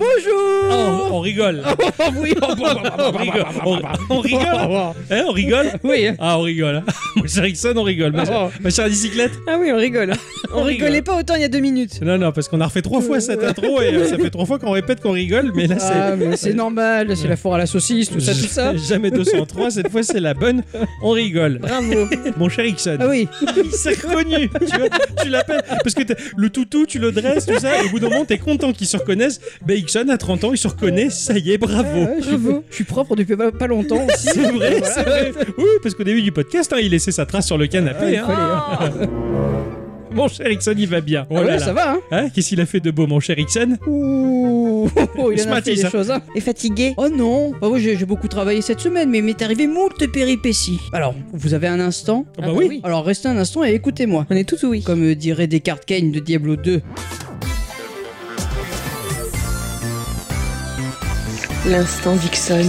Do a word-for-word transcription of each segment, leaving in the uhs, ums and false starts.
Bonjour. Oh, on rigole. Oh, oui. on rigole. On, on rigole. Hein, on rigole. Oui. Ah, on rigole. Moi, c'est Rickson, on rigole. Ma, Oh. ma chère bicyclette. Ah oui, on rigole. On, On rigolait rigole. pas autant il y a deux minutes. Non, non, parce qu'on a refait trois fois cette intro et euh, ça fait trois fois qu'on répète qu'on rigole, mais là, c'est. Ah, mais c'est normal, c'est la foire à la saucisse, tout ça, tout ça. Jamais deux cent trois, cette fois c'est la bonne, on rigole. Bravo. Mon cher Ixon, Ah oui. il s'est reconnu, tu vois, tu l'appelles, parce que t'as- le toutou, tu le dresses, tout ça, et au bout d'un moment t'es content qu'il se reconnaisse. Ben Ixon, à trente ans, il se reconnaît, ça y est, bravo. Ouais, je, suis, je suis propre depuis pas, pas longtemps aussi. C'est vrai, Voilà. c'est vrai. Oui, parce qu'au début du podcast, hein, il laissait sa trace sur le canapé. Ouais, il hein. fallait, hein. Mon cher Ixon, il va bien. Oh Ah là ouais, là. ça va, hein. Hein, qu'est-ce qu'il a fait de beau, mon cher Ixon? Ouh, oh, il Ce en a matin, fait des ça. choses, hein. Et fatigué? Oh non. Bah oui, j'ai j'ai beaucoup travaillé cette semaine, mais il m'est arrivé moult péripéties. Alors, vous avez un instant? Ah bah oui. Alors, restez un instant et écoutez-moi. On est tous oui. Comme euh, dirait Descartes Kane de Diablo deux. L'instant Dixon.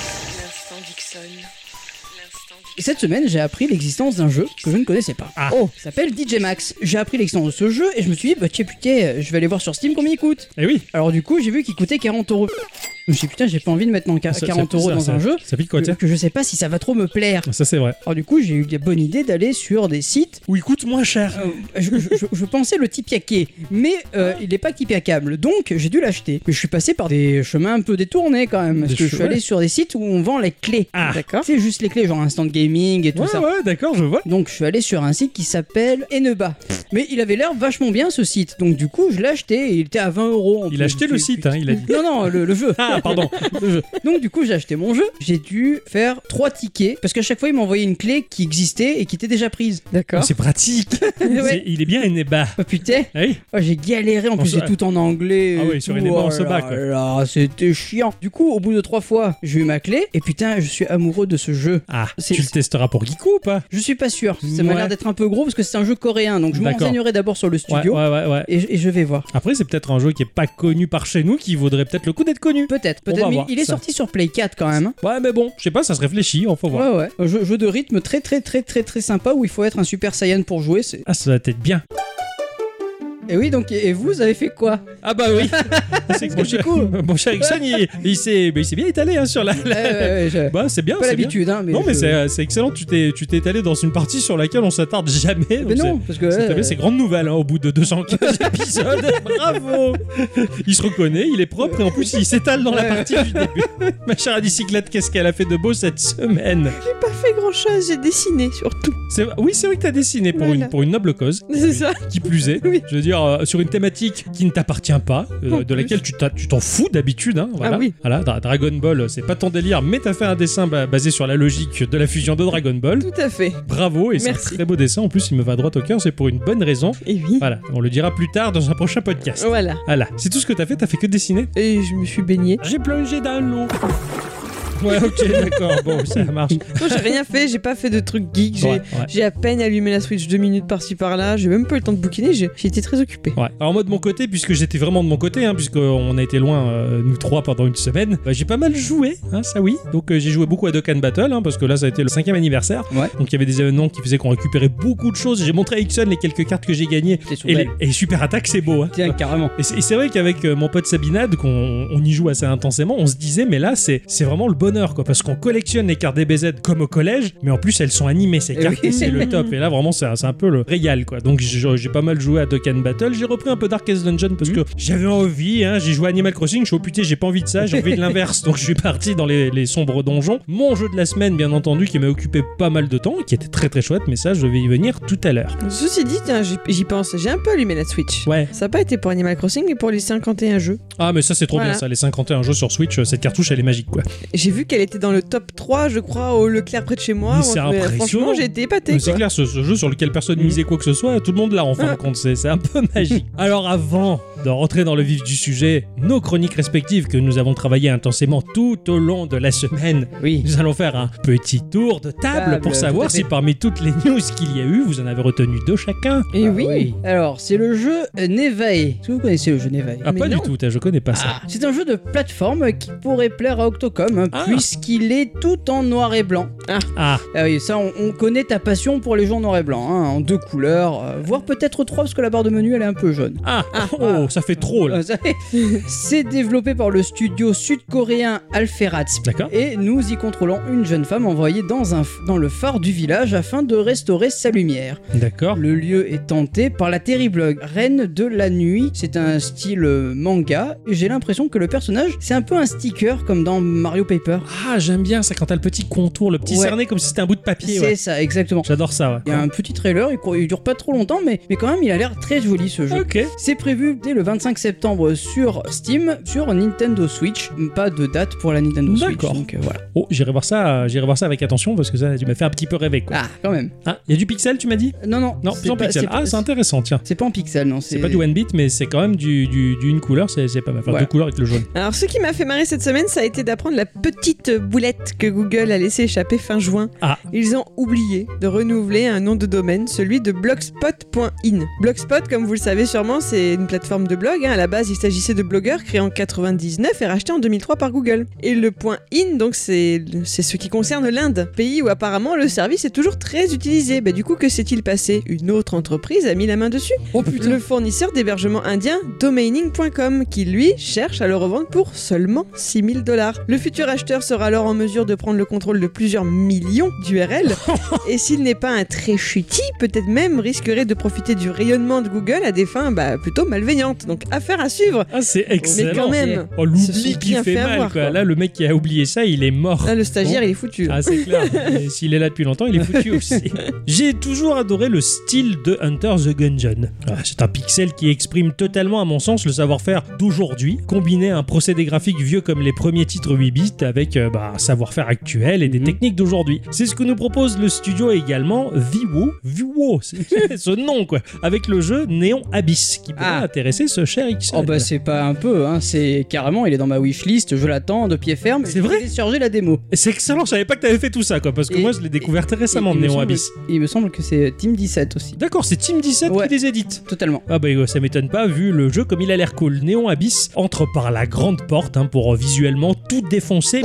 Et cette semaine, j'ai appris l'existence d'un jeu que je ne connaissais pas. Ah. Oh, il s'appelle D J Max. J'ai appris l'existence de ce jeu et je me suis dit, bah tiens putain, je vais aller voir sur Steam combien il coûte. Eh oui. Alors du coup, j'ai vu qu'il coûtait quarante euros. Je me suis dit, putain, j'ai pas envie de mettre non, Ça- quarante ça- euros ça- dans ça- un jeu Ça pique quoi, que, tiens? que je sais pas si ça va trop me plaire. Ça, c'est vrai. Alors du coup, j'ai eu la bonne idée d'aller sur des sites. Ou il coûte moins cher. Euh, je, je- je- je pensais le tipiaquer, mais euh, il n'est pas tipiacable, donc j'ai dû l'acheter. Mais je suis passé par des chemins un peu détournés quand même, parce Des que je suis chemins. allé sur des sites où on vend les clés. Ah. D'accord. C'est juste les clés, genre instant gaming et tout Ouais, ça. ouais, d'accord, je vois. Donc je suis allé sur un site qui s'appelle Eneba. Mais il avait l'air vachement bien ce site. Donc du coup je l'ai acheté et il était à vingt euros. en Il plus. a acheté le Puis- site, hein, il a dit. Non, non, le, le jeu. Ah, pardon. Le jeu. Donc du coup j'ai acheté mon jeu. J'ai dû faire trois tickets parce qu'à chaque fois il m'envoyait une clé qui existait et qui était déjà prise. D'accord. C'est pratique. Ouais. C'est- Il est bien Eneba. Oh putain. Ah oui. Oh, j'ai galéré, en On plus se- c'est tout en anglais. Ah et oui, sur tout. Eneba, on Oh se bat, là quoi. là, c'était chiant. Du coup, au bout de trois fois, j'ai eu ma clé et putain, je suis amoureux de ce jeu. Ah, C'est- tu le testeras pour Geeko ou pas? Je suis pas sûr. Ça m'a Ouais. l'air d'être un peu gros parce que c'est un jeu coréen, donc je D'accord. m'enseignerai d'abord sur le studio Ouais, ouais, ouais, ouais. et, et je vais voir. Après, c'est peut-être un jeu qui est pas connu par chez nous, qui vaudrait peut-être le coup d'être connu. Peut-être, On peut-être. va Mais voir il est ça. sorti sur Play quatre quand même. Ouais, mais bon, je sais pas, ça se réfléchit, on faut voir. Ouais, ouais. Un jeu, jeu de rythme très, très, très, très, très sympa où il faut être un Super Saiyan pour jouer. C'est... Ah, ça va être bien. Et oui, donc, et vous, vous avez fait quoi? Ah bah oui. C'est que mon du cher, coup- mon cher Ixon, il, il s'est bah, il s'est bien étalé hein, sur la. la- Ouais, ouais, ouais, j'ai Bah, c'est bien, pas c'est bien. l'habitude, hein. Mais Non, mais je- c'est c'est excellent, tu t'es tu t'es étalé dans une partie sur laquelle on s'attarde jamais. Mais donc non, c'est- parce que. C'est très ouais, bien, c'est grande nouvelle hein, au bout de deux cent quinze épisodes. Bravo. Il se reconnaît, il est propre et en plus il s'étale dans la Ouais. partie du début. Ma chère à bicyclette, qu'est-ce qu'elle a fait de beau cette semaine? J'ai pas fait grand chose, j'ai dessiné surtout. C'est- Oui, c'est vrai que t'as dessiné pour, Voilà. une, pour une noble cause. C'est ça. Qui plus est, Oui. je veux dire, euh, sur une thématique qui ne t'appartient pas, euh, En de laquelle tu t'as- tu t'en fous d'habitude. Hein, voilà. Ah oui. Voilà, Dra- Dragon Ball, c'est pas ton délire, mais t'as fait un dessin ba- basé sur la logique de la fusion de Dragon Ball. Tout à fait. Bravo, et c'est un Merci. très beau dessin. En plus, il me va droit au cœur, c'est pour une bonne raison. Et oui. Voilà, on le dira plus tard dans un prochain podcast. Voilà. Voilà, c'est tout ce que t'as fait, t'as fait que dessiner. Et je me suis baignée. J'ai plongé dans l'eau. Ouais, ok, d'accord, bon, ça marche. Non, j'ai rien fait, j'ai pas fait de trucs geek. J'ai Ouais, ouais. j'ai à peine allumé la Switch deux minutes par-ci par-là. J'ai même pas eu le temps de bouquiner. J'ai j'ai été très occupée. Ouais. Alors moi de mon côté, puisque j'étais vraiment de mon côté, hein, puisqu'on a été loin euh, nous trois pendant une semaine, bah, j'ai pas mal joué, hein, ça oui. Donc euh, j'ai joué beaucoup à Dokkan Battle, hein, parce que là ça a été le cinquième anniversaire. Ouais. Donc il y avait des événements qui faisaient qu'on récupérait beaucoup de choses. J'ai montré à Ixon les quelques cartes que j'ai gagnées. C'est sous Et, les, belle. et Super Attack c'est beau. Hein. Tiens, carrément. Et c'est et c'est vrai qu'avec euh, mon pote Sabinade, qu'on on y joue assez intensément, on se disait mais là c'est c'est vraiment le bonheur quoi, parce qu'on collectionne les cartes D B Z comme au collège, mais en plus elles sont animées ces Eh cartes oui. et c'est le top. Et là vraiment c'est un, c'est un peu le régal quoi. Donc j'ai j'ai pas mal joué à Dokkan Battle, j'ai repris un peu Darkest Dungeon parce que j'avais envie, hein, j'ai joué à Animal Crossing, je suis au putain j'ai pas envie de ça, j'ai envie de l'inverse, donc je suis parti dans les, les sombres donjons. Mon jeu de la semaine bien entendu qui m'a occupé pas mal de temps, qui était très très chouette, mais ça je vais y venir tout à l'heure. Ceci dit, tiens, j'y j'y pense. J'ai un peu allumé la Switch. Ouais. Ça n'a pas été pour Animal Crossing, mais pour les cinquante et un jeux. Ah mais ça c'est trop Voilà. bien ça, les cinquante et un jeux sur Switch, cette cartouche elle est magique quoi. J'ai vu qu'elle était dans le top trois, je crois, au Leclerc près de chez moi. Mais c'est Ouais, impressionnant. Franchement, j'ai été épatée. Mais c'est quoi. clair, ce, ce jeu sur lequel personne Mm. misait quoi que ce soit, tout le monde l'a en fin de Ah. compte, c'est c'est un peu magique. Alors avant de rentrer dans le vif du sujet, nos chroniques respectives que nous avons travaillées intensément tout au long de la semaine, Oui. nous allons faire un petit tour de table Table, pour tout savoir à fait. si parmi toutes les news qu'il y a eu, vous en avez retenu deux chacun. Et Ah oui. Alors, c'est le jeu euh, Nevae. Est-ce que vous connaissez le jeu Nevae? Ah Mais pas non. du tout, t'as, je connais pas ça. Ah, c'est un jeu de plateforme qui pourrait plaire à Octocom, hein, Ah. puisqu'il est tout en noir et blanc. Ah, Ah oui, ça, on, on connaît ta passion pour les jeux en noir et blanc, hein, en deux couleurs, euh, voire peut-être trois, parce que la barre de menu, elle est un peu jaune. ah, Ah. oh, ça fait trop là. Euh, ça- C'est développé par le studio sud-coréen Alpherats. D'accord. Et nous y contrôlons une jeune femme envoyée dans, un, f- dans le phare du village afin de restaurer sa lumière. D'accord. Le lieu est tenté par la terrible reine de la nuit. C'est un style euh, manga. Et j'ai l'impression que le personnage, c'est un peu un sticker comme dans Mario Paper. Ah, j'aime bien ça quand t'as le petit contour, le petit Ouais. cerné comme si c'était un bout de papier. C'est Ouais. ça, exactement. J'adore ça, ouais. Il y a un petit trailer, il, co- il dure pas trop longtemps, mais, mais quand même, il a l'air très joli ce jeu. Ok. C'est prévu dès le vingt-cinq septembre sur Steam, sur Nintendo Switch. Pas de date pour la Nintendo Switch. D'accord. Donc euh, voilà. Oh, j'irai voir ça, euh, j'irai voir ça avec attention parce que ça, tu m'as fait un petit peu rêver, quoi. Ah, quand même. Ah, il y a du pixel, tu m'as dit? Non, non. Non, c'est plus en pas- pixel. c'est Ah, pas- c'est intéressant, tiens. C'est pas en pixel, non. C'est pas du one bit, mais c'est quand même du, du, du une couleur, c'est c'est pas mal. Enfin, Ouais. deux couleurs avec le jaune. Alors, ce qui m'a fait marrer cette semaine, ça a été d'apprendre la petite boulette que Google a laissé échapper fin juin. Ah. Ils ont oublié de renouveler un nom de domaine, celui de blogspot point in. Blogspot, comme vous le savez sûrement, c'est une plateforme de blog. hein. À la base, il s'agissait de blogueurs créés en quatre-vingt-dix-neuf et rachetés en deux mille trois par Google. Et le point .in, donc c'est c'est ce qui concerne l'Inde, pays où apparemment le service est toujours très utilisé. Bah, du coup, que s'est-il passé? Une autre entreprise a mis la main dessus. Oh putain. Le fournisseur d'hébergement indien domaining point com qui lui cherche à le revendre pour seulement six mille dollars. Le futur acheteur sera alors en mesure de prendre le contrôle de plusieurs millions d'U R L et s'il n'est pas un très chutis, peut-être même risquerait de profiter du rayonnement de Google à des fins bah, plutôt malveillantes. Donc affaire à suivre. Ah, c'est excellent. Mais quand même, Oh, se l'oubli sont qui bien fait fait mal, avoir, quoi. quoi. Là, le mec qui a oublié ça, il est mort. Là, le stagiaire, il est foutu. Ah, c'est clair. Et s'il est là depuis longtemps, il est foutu aussi. J'ai toujours adoré le style de Hunter the Gungeon. Ah, c'est un pixel qui exprime totalement, à mon sens, le savoir-faire d'aujourd'hui, combiné à un procédé graphique vieux comme les premiers titres huit bits avec euh, bah, un savoir-faire actuel et des Mhm. techniques d'aujourd'hui. C'est ce que nous propose le studio également, Viwo. Viwo, c'est ce nom, quoi. Avec le jeu Néon Abyss, qui pourrait Ah. intéresser ce cher X. Oh bah c'est pas un peu, hein, c'est carrément, il est dans ma wishlist, je l'attends de pied ferme. C'est vrai? J'ai téléchargé la démo. C'est excellent, je savais pas que t'avais fait tout ça, quoi, parce que Et- moi je l'ai découvert très récemment, Et il me Néon semble- Abyss. Il me semble que c'est Team dix-sept aussi. D'accord, c'est Team dix-sept Ouais. qui les édite. Totalement. Ah bah ça m'étonne pas vu le jeu comme il a l'air cool. Néon Abyss entre par la grande porte hein, pour euh, visuellement tout défoncer.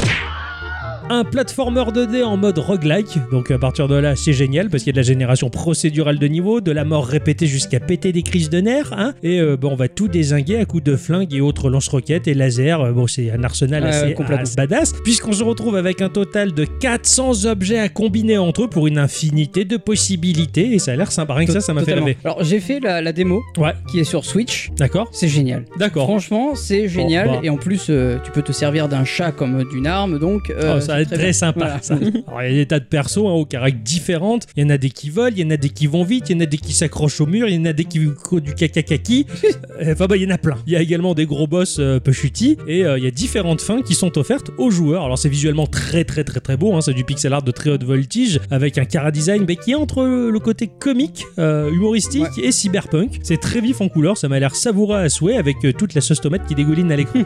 Un platformer deux D en mode roguelike, donc à partir de là c'est génial parce qu'il y a de la génération procédurale de niveau, de la mort répétée jusqu'à péter des crises de nerfs, hein, et euh, bon, on va tout dézinguer à coups de flingues et autres lance-roquettes et lasers. Euh, Bon, c'est un arsenal Ouais, assez, complètement. assez badass, puisqu'on se retrouve avec un total de quatre cents objets à combiner entre eux pour une infinité de possibilités, et ça a l'air sympa. Rien que ça, ça m'a fait Totalement. rêver. Alors j'ai fait la, la démo Ouais, qui est sur Switch, d'accord, c'est génial. d'accord. Franchement, c'est génial. bah. Et en plus, euh, tu peux te servir d'un chat comme d'une arme, donc. euh, Oh, ça va c'est être très, bien. sympa. Voilà. Ça. Alors, il y a des tas de persos hein, aux caractères différentes. Il y en a des qui volent, il y en a des qui vont vite, il y en a des qui s'accrochent au mur, il y en a des qui font du caca-kaki. Euh, Enfin, bah, il y en a plein. Il y a également des gros boss euh, peu chutis et euh, il y a différentes fins qui sont offertes aux joueurs. Alors, c'est visuellement très, très, très, très beau. Hein. C'est du pixel art de très haute voltige avec un chara design bah, qui est entre le, le côté comique, euh, humoristique et cyberpunk. C'est très vif en couleur. Ça m'a l'air savoureux à souhait avec euh, toute la sauce tomate qui dégouline à l'écran.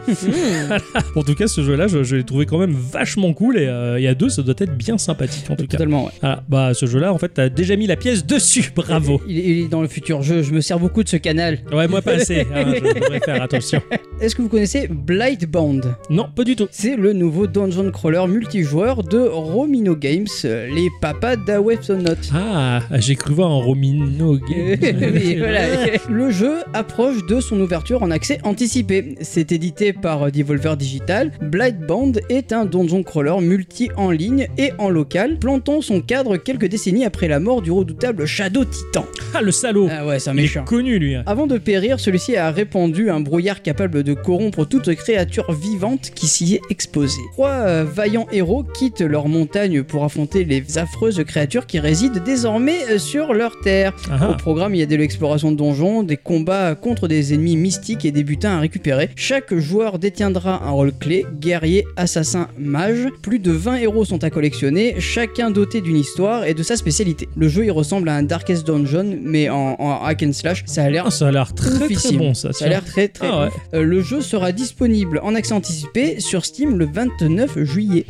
En tout cas, ce jeu-là, je, je l'ai trouvé quand même vachement cool et euh, il y a deux, ça doit être bien sympathique en tout cas. Totalement, ouais. Ah, bah ce jeu-là, en fait, t'as déjà mis la pièce dessus, bravo. Il, il est dans le futur jeu, je me sers beaucoup de ce canal. Ouais, moi pas assez, hein, je devrais faire attention. Est-ce que vous connaissez Blightbound? Non, pas du tout. C'est le nouveau dungeon crawler multijoueur de Romino Games, euh, les papas d'Awesonot. Ah, j'ai cru voir un Romino Game. Oui, voilà. Le jeu approche de son ouverture en accès anticipé. C'est édité par Devolver Digital. Blightbound est un donjon crawler multi en ligne et en local, plantant son cadre quelques décennies après la mort du redoutable Shadow Titan. Ah, le salaud. Ah ouais, c'est un Il est méchant. connu, lui. hein. Avant de périr, celui-ci a répandu un brouillard capable de corrompre toute créature vivante qui s'y est exposée. Trois euh, vaillants héros quittent leur montagne pour affronter les affreuses créatures qui résident désormais euh, sur leur terre. Ah, Au programme, il y a de l'exploration de donjons, des combats contre des ennemis mystiques et des butins à récupérer. Chaque joueur détiendra un rôle clé, guerrier, assassin, mage. Plus de vingt héros sont à collectionner, chacun doté d'une histoire et de sa spécialité. Le jeu, il ressemble à un Darkest Dungeon, mais en, en hack and slash. Ça a l'air Ah, ça a l'air très, très oufissime. bon, ça. Ça a l'air très très Ah ouais. ouf. Euh, le jeu sera disponible en accès anticipé sur Steam le vingt-neuf juillet.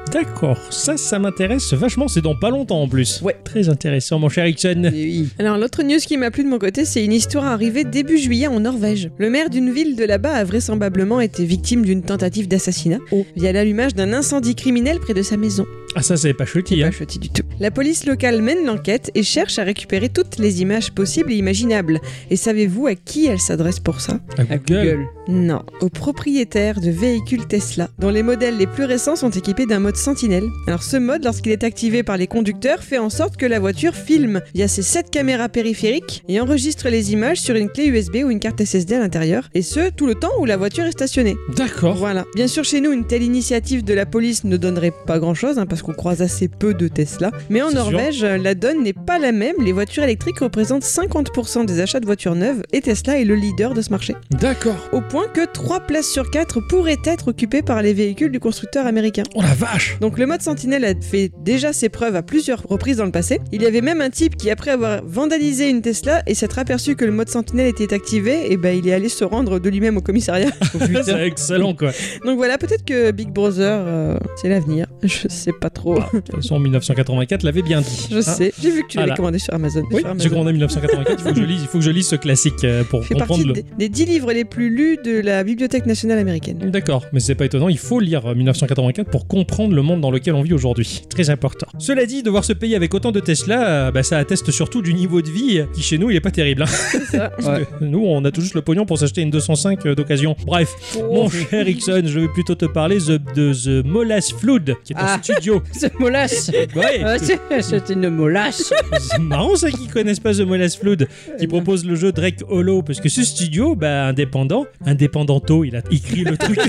D'accord, ça, ça m'intéresse vachement, c'est dans pas longtemps en plus. Ouais. Très intéressant, mon cher Ixon. Et oui. Alors l'autre news qui m'a plu de mon côté, c'est une histoire arrivée début juillet en Norvège. Le maire d'une ville de là-bas a vraisemblablement été victime d'une tentative d'assassinat Oh. via l'allumage d'un incendie criminel près de sa maison. Ah, ça, c'est pas chouette, hein. Pas chouette du tout. La police locale mène l'enquête et cherche à récupérer toutes les images possibles et imaginables. Et savez-vous à qui elle s'adresse pour ça ? À À Google. Non, aux propriétaires de véhicules Tesla, dont les modèles les plus récents sont équipés d'un mode Sentinel. Alors ce mode, lorsqu'il est activé par les conducteurs, fait en sorte que la voiture filme via ses sept caméras périphériques et enregistre les images sur une clé U S B ou une carte S S D à l'intérieur, et ce, tout le temps où la voiture est stationnée. D'accord. Voilà. Bien sûr, chez nous, une telle initiative de la police ne donnerait pas grand-chose, hein, parce qu'on croise assez peu de Tesla. Mais en C'est Norvège, la donne n'est pas la même. Les voitures électriques représentent cinquante pour cent des achats de voitures neuves, et Tesla est le leader de ce marché. D'accord. Au point que trois places sur quatre pourraient être occupées par les véhicules du constructeur américain. Oh la vache. Donc le mode Sentinel a fait déjà ses preuves à plusieurs reprises dans le passé. Il y avait même un type qui, après avoir vandalisé une Tesla et s'être aperçu que le mode Sentinel était activé, et ben il est allé se rendre de lui-même au commissariat. C'est excellent, quoi. Donc voilà, peut-être que Big Brother, euh, c'est l'avenir. Je sais pas trop. Ah, de toute façon, mille neuf cent quatre-vingt-quatre l'avait bien dit. Je Hein. sais. J'ai vu que tu l'avais Voilà. commandé sur Amazon. Oui, sur Amazon. j'ai commandé mille neuf cent quatre-vingt-quatre, il faut que je lise, il faut que je lise ce classique euh, pour Il fait comprendre partie le... des, des dix livres les plus lus de la Bibliothèque nationale américaine. D'accord, mais c'est pas étonnant, il faut lire euh, mille neuf cent quatre-vingt-quatre pour comprendre le monde dans lequel on vit aujourd'hui. Très important. Cela dit, devoir se payer avec autant de Tesla, euh, bah, ça atteste surtout du niveau de vie euh, qui chez nous il est pas terrible. Hein. C'est ça. Parce Ouais. que nous on a tout juste le pognon pour s'acheter une deux cent cinq euh, d'occasion. Bref, mon cher Ixon, je vais plutôt te parler the- de The Molas Flood, qui est un Ah. studio. C'est molasse. Ouais, Ah, c'est c'est une molasse. c'est marrant ça qu'ils connaissent pas The Molas Flood, qui propose le jeu Drake Hollow, parce que ce studio, bah indépendant, indépendanto, il a écrit le truc.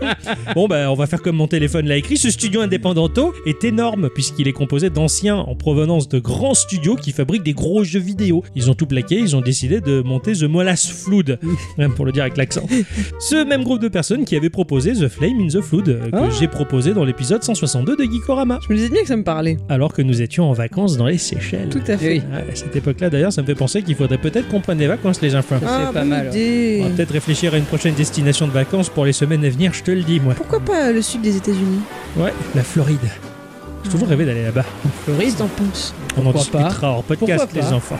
Bon bah on va faire comme mon téléphone l'a écrit, ce studio indépendanto est énorme puisqu'il est composé d'anciens en provenance de grands studios qui fabriquent des gros jeux vidéo. Ils ont tout plaqué, ils ont décidé de monter The Molas Flood, même pour le dire avec l'accent. Ce même groupe de personnes qui avait proposé The Flame in the Flood, euh, que Ah. j'ai proposé dans l'épisode cent soixante-deux de Geekorama, Je me disais bien que ça me parlait. alors que nous étions en vacances dans les Seychelles. Tout à fait. Oui. Ouais, à cette époque-là, d'ailleurs, ça me fait penser qu'il faudrait peut-être qu'on prenne des vacances, les enfants. C'est Ah, pas bonne mal. idée. On va peut-être réfléchir à une prochaine destination de vacances pour les semaines à venir, je te le dis, moi. Pourquoi pas le sud des États-Unis? Ouais, la Floride. J'ai toujours rêvé d'aller là-bas. Qu'est-ce que t'en penses? On en Pourquoi discutera hors podcast, Pourquoi pas les enfants.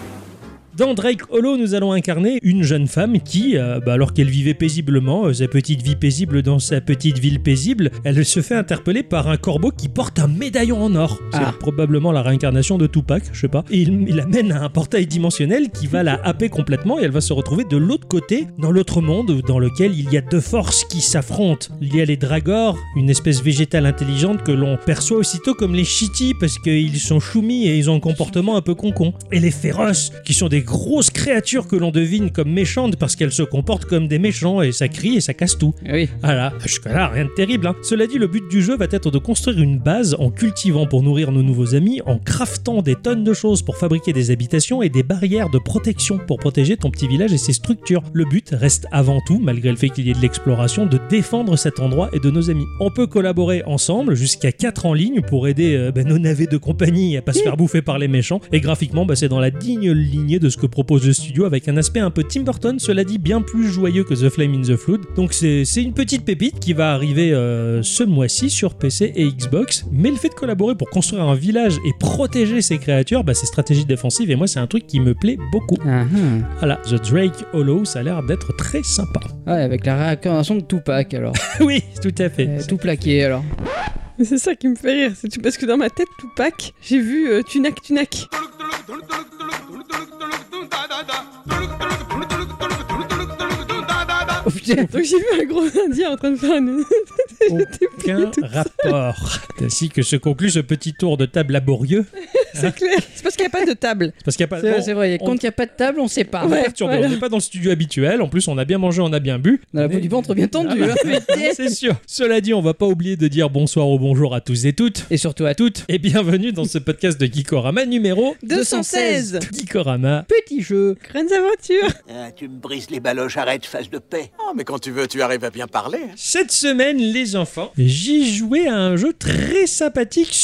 Dans Drake Hollow, nous allons incarner une jeune femme qui, euh, bah, alors qu'elle vivait paisiblement, euh, sa petite vie paisible dans sa petite ville paisible, elle se fait interpeller par un corbeau qui porte un médaillon en or. C'est Ah. probablement la réincarnation de Tupac, je sais pas. Et il, il amène à un portail dimensionnel qui va la happer complètement et elle va se retrouver de l'autre côté, dans l'autre monde, dans lequel il y a deux forces qui s'affrontent. Il y a les Dragors, une espèce végétale intelligente que l'on perçoit aussitôt comme les Chitty parce qu'ils sont choumis et ils ont un comportement un peu concon. Et les Féroces, qui sont des grosses créatures que l'on devine comme méchantes parce qu'elles se comportent comme des méchants et ça crie et ça casse tout. Oui. Voilà, jusque-là, rien de terrible. Hein. Cela dit, le but du jeu va être de construire une base en cultivant pour nourrir nos nouveaux amis, en craftant des tonnes de choses pour fabriquer des habitations et des barrières de protection pour protéger ton petit village et ses structures. Le but reste avant tout, malgré le fait qu'il y ait de l'exploration, de défendre cet endroit et de nos amis. On peut collaborer ensemble jusqu'à quatre en ligne pour aider euh, bah, nos navets de compagnie à pas se faire bouffer par les méchants. Et graphiquement, bah, c'est dans la digne lignée de ce que propose le studio avec un aspect un peu Tim Burton, cela dit bien plus joyeux que The Flame in the Flood. Donc c'est c'est une petite pépite qui va arriver euh, ce mois-ci sur P C et Xbox, mais le fait de collaborer pour construire un village et protéger ses créatures, bah, c'est stratégie défensive et moi c'est un truc qui me plaît beaucoup. Ah, ah. Voilà, The Drake Hollow, ça a l'air d'être très sympa. Ouais, avec la réincarnation de Tupac alors. Oui, tout à fait. Euh, tout plaqué alors. Mais c'est ça qui me fait rire, c'est tout parce que dans ma tête, Tupac, j'ai vu euh, Tunak Tunak. Oh putain. Donc j'ai vu un gros indien en train de faire une... Aucun rapport. Ainsi que se conclut ce petit tour de table laborieux. C'est clair. C'est parce qu'il n'y a pas de table. Parce qu'il y a pas C'est bon, c'est vrai, on- quand il n'y a pas de table, on sait pas. on est Ouais, perturbé. voilà. On n'est pas dans le studio habituel. En plus, on a bien mangé, on a bien bu. Dans la On peau est- du ventre bien tendu. Ah bah, hein. c'est sûr. Cela dit, on va pas oublier de dire bonsoir ou bonjour à tous et toutes. Et surtout à toutes. Et bienvenue dans ce podcast de Geekorama numéro deux cent seize. Geekorama. Petit jeu. Grandes aventures. Ah, tu me brises les baloches, arrête, face de paix. Oh, mais quand tu veux, tu arrives à bien parler. hein. Cette semaine, les enfants, j'y jouais à un jeu très sympathique sur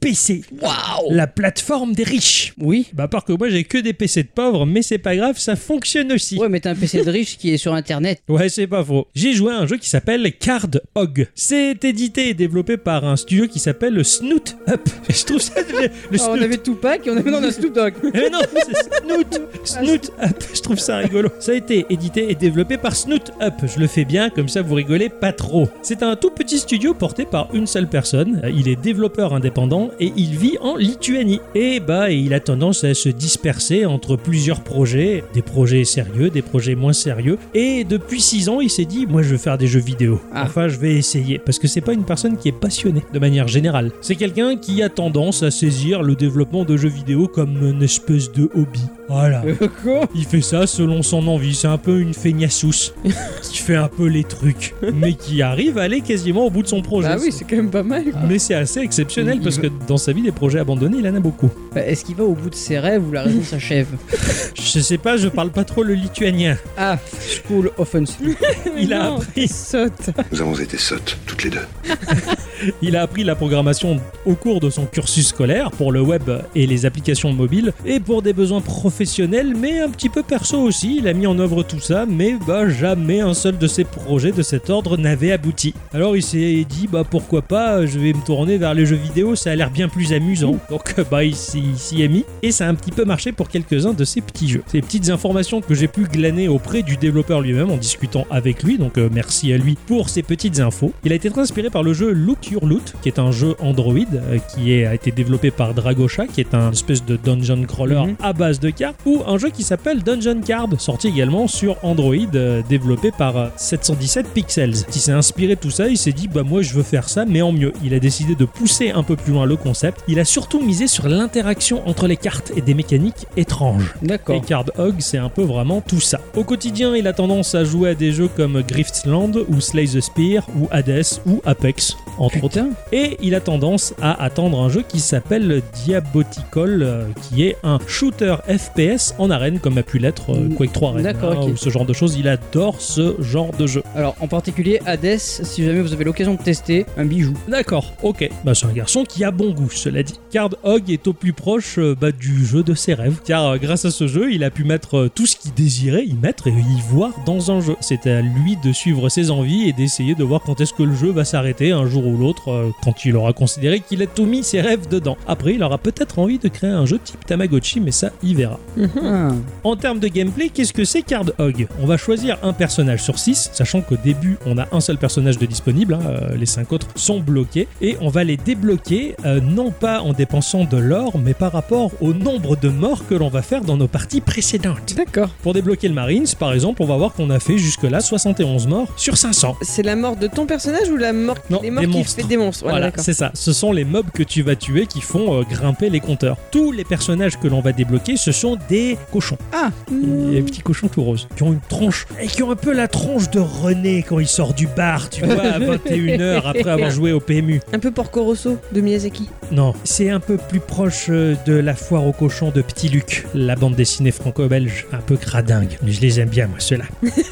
P C. Waouh. La plateforme des riches. Oui. Bah, à part que moi, j'ai que des P C de pauvres, mais c'est pas grave, ça fonctionne aussi. Ouais, mais t'as un P C de riche qui est sur internet. Ouais, c'est pas faux. J'ai joué à un jeu qui s'appelle Card Hog. C'est édité et développé par un studio qui s'appelle Snoot Up. Je trouve ça... Le, le Alors, on Snoot. avait Tupac et on avait non, on a Snoop Dogg. Eh non, c'est Snoot. Snoot Up. Je trouve ça rigolo. Ça a été édité et développé par Snoot Up. Je le fais bien, comme ça vous rigolez pas trop. C'est un tout petit studio porté par une seule personne. Il est développeur indépendant et il vit en Lituanie. Et bah, il a tendance à se disperser entre plusieurs projets. Des projets sérieux, des projets moins sérieux. Et depuis six ans, il s'est dit, moi je veux faire des jeux vidéo. Ah. Enfin, je vais essayer. Parce que c'est pas une personne qui est passionnée de manière générale. C'est quelqu'un qui a tendance à saisir le développement de jeux vidéo comme une espèce de hobby. Voilà. Euh, Quoi? Il fait ça selon son envie. C'est un peu une feignassus qui fait un peu les trucs, mais qui arrive à aller quasiment au bout de son projet. Bah oui, c'est quand même pas mal. Mais c'est assez exceptionnel Il parce veut- que dans sa vie, des projets abandonnés, il en a beaucoup. Bah, est-ce qu'il va au bout de ses rêves ou la raison s'achève? Je sais pas, je parle pas trop le lituanien. Ah, School of Unslip. Il a Non, appris. saute. Nous avons été sottes, toutes les deux. Il a appris la programmation au cours de son cursus scolaire pour le web et les applications mobiles et pour des besoins professionnels mais un petit peu perso aussi. Il a mis en œuvre tout ça mais bah jamais un seul de ses projets de cet ordre n'avait abouti. Alors il s'est dit bah pourquoi pas, je vais me tourner vers les jeux vidéo, ça a l'air bien plus amusant. Donc bah il s'y il s'y est mis et ça a un petit peu marché pour quelques-uns de ses petits jeux. Ces petites informations que j'ai pu glaner auprès du développeur lui-même en discutant avec lui, donc euh, merci à lui pour ces petites infos. Il a été inspiré par le jeu Loot Your Loot, qui est un jeu Android euh, qui est, a été développé par Dragosha, qui est un espèce de dungeon crawler Mhm. à base de cartes, ou un jeu qui s'appelle Dungeon Card, sorti également sur Android, euh, développé par euh, sept cent dix-sept Pixels. Il s'est inspiré de tout ça, il s'est dit bah moi je veux faire ça mais en mieux. Il a décidé de pousser un peu plus loin le concept. Il a surtout misé sur l'interaction entre les cartes et des mécaniques étranges. Et D'accord. Card Hog, c'est un peu vraiment tout ça. Au quotidien, il a tendance à jouer à des jeux comme Griftland ou Slay the Spear ou Hades ou Apex, entre autres. Putain. Et il a tendance à attendre un jeu qui s'appelle Diabotical, euh, qui est un shooter F P S en arène, comme a pu l'être euh, Quake trois Arena, D'accord, ok. ou ce genre de choses. Il adore ce genre de jeu. Alors, en particulier, Hades, si jamais vous avez l'occasion de tester, un bijou. D'accord, ok. Bah, c'est un garçon qui a bon goût, cela dit. Card Hog est au plus proche euh, bah, du jeu de ses rêves, car euh, grâce à ce jeu, il a pu mettre euh, tout ce qu'il désirait y mettre et y voir dans un jeu. C'est à lui de suivre ses envies et d'essayer de voir quand est-ce que le jeu va s'arrêter un jour ou l'autre, euh, quand il aura considéré qu'il a tout mis ses rêves dedans. Après, il aura peut-être envie de créer un jeu type Tamagotchi, mais ça, il verra. Ah. En termes de gameplay, qu'est-ce que c'est Card Hog? On va choisir un personnage sur six, sachant qu'au début, on a un seul personnage de disponible, hein, euh, les cinq autres sont bloqués, et on va les débloquer, euh, non pas en dépensant de l'or, mais par rapport au nombre de morts que l'on va faire dans nos parties précédentes. D'accord. Pour débloquer le Marines, par exemple, on va voir qu'on a fait jusque-là soixante et onze morts sur cinq cents. C'est la mort de ton personnage ou la mort Non, les morts des qui monstres. fait des monstres. Voilà, Voilà, d'accord. c'est ça. Ce sont les mobs que tu vas tuer qui font euh, grimper les compteurs. Tous les personnages que l'on va débloquer, ce sont des cochons. Ah. Des petits cochons tout roses. Qui ont une tronche. Et qui ont un peu la tronche de René quand il sort du bar, tu vois, à vingt et une heures après avoir joué au P M U. Un peu Porco Rosso de Miyazaki. Non, c'est un peu plus proche euh, de la foire aux cochons de Petit Luc, la bande dessinée franco-belge. Un peu cradingue. Mais je les aime bien, moi, ceux-là.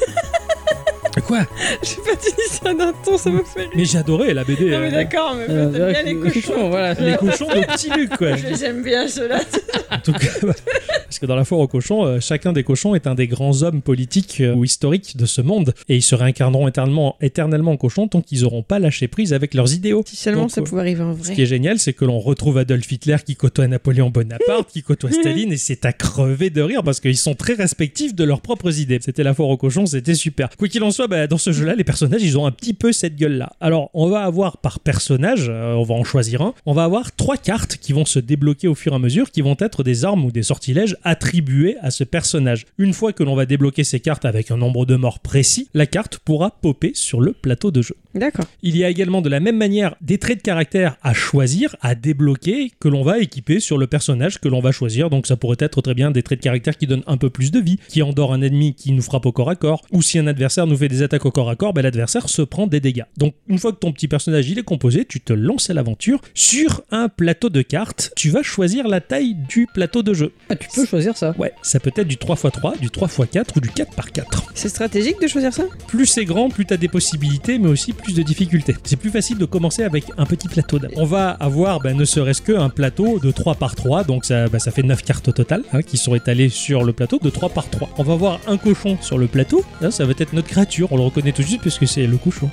Quoi? J'ai pas dit ça d'un ton, ça me fait rire. Mais j'adorais la B D. Non mais euh, d'accord, mais Euh, t'aimes bien les cochons. voilà. les cochons de Petit Luc, quoi. Je les aime bien ceux-là. En tout cas, bah, parce que dans la foire aux cochons, euh, chacun des cochons est un des grands hommes politiques euh, ou historiques de ce monde, et ils se réincarneront éternellement, éternellement en cochons tant qu'ils n'auront pas lâché prise avec leurs idéaux. Si seulement Donc, ça euh, pouvait arriver en Ce vrai. qui est génial, c'est que l'on retrouve Adolf Hitler qui côtoie Napoléon Bonaparte, qui côtoie Staline, et c'est à crever de rire parce qu'ils sont très respectifs de leurs propres idées. C'était la foire aux cochons, c'était super. Quoi qu'il en soit, bah, dans ce jeu-là, les personnages, ils ont un petit peu cette gueule-là. Alors, on va avoir par personnage, euh, on va en choisir un, on va avoir trois cartes qui vont se débloquer au fur et à mesure, qui vont être des armes ou des sortilèges attribués à ce personnage. Une fois que l'on va débloquer ces cartes avec un nombre de morts précis, la carte pourra popper sur le plateau de jeu. D'accord. Il y a également de la même manière des traits de caractère à choisir, à débloquer, que l'on va équiper sur le personnage que l'on va choisir. Donc ça pourrait être très bien des traits de caractère qui donnent un peu plus de vie, qui endort un ennemi qui nous frappe au corps à corps, ou si un adversaire nous fait des attaques attaque au corps à corps, bah, l'adversaire se prend des dégâts. Donc une fois que ton petit personnage il est composé, tu te lances à l'aventure sur un plateau de cartes. Tu vas choisir la taille du plateau de jeu. Ah, tu peux choisir ça. Ouais, ça peut être du trois par trois, du trois par quatre ou du quatre par quatre. C'est stratégique de choisir ça? Plus c'est grand, plus tu as des possibilités, mais aussi plus de difficultés. C'est plus facile de commencer avec un petit plateau. On va avoir bah, ne serait-ce qu'un plateau de trois par trois, donc ça, bah, ça fait neuf cartes au total hein, qui sont étalées sur le plateau de trois par trois. On va avoir un cochon sur le plateau, là, ça va être notre créature, on le reconnaît tout de suite puisque c'est le cochon.